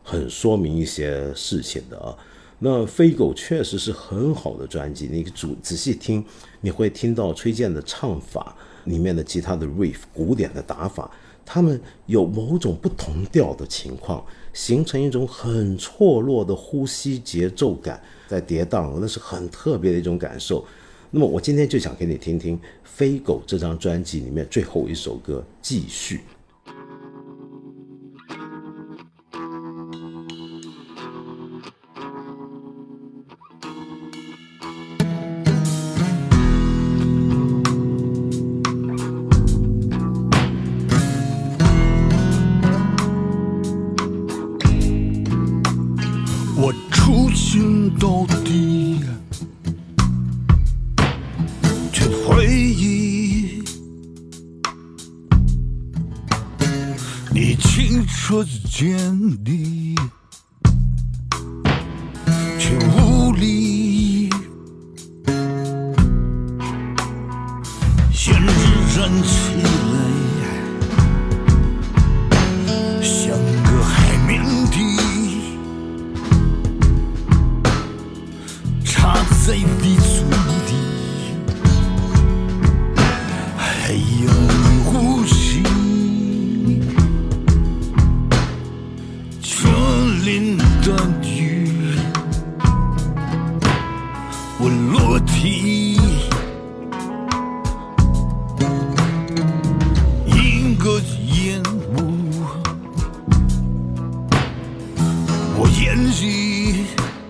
很说明一些事情的啊。那飞狗确实是很好的专辑，你仔仔细听，你会听到崔健的唱法，里面的吉他的 riff， 鼓点的打法，他们有某种不同调的情况，形成一种很错落的呼吸节奏感，在跌宕，那是很特别的一种感受。那么我今天就想给你听听飞狗这张专辑里面最后一首歌《继续》。 我初心到底，却回忆你清澈见底，却无力先日站起来，像个海绵体在你嘴里，还有你呼吸，这淋的雨，我裸体，一个烟雾，我演戏。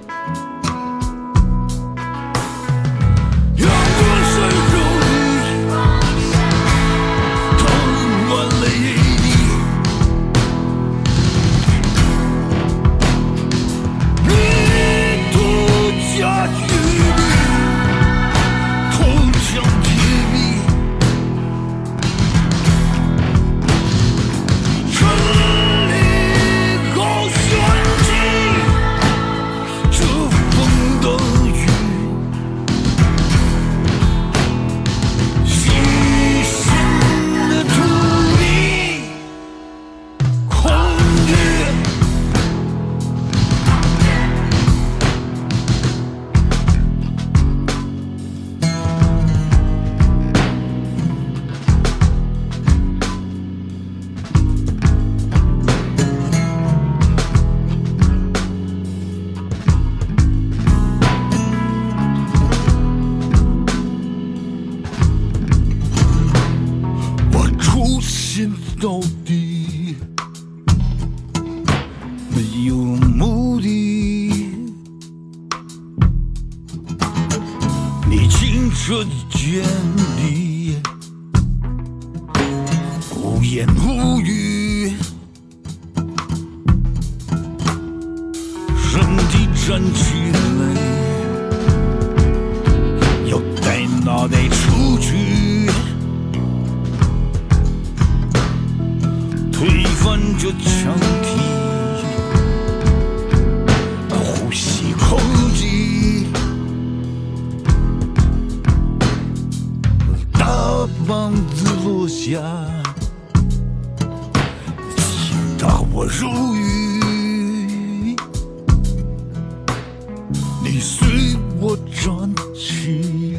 到底没有目的，你清澈见底，无言无语，身体站起来，要带脑袋出去，推翻这墙体，呼吸空气，大棒子落下，击打我如雨，你随我站起。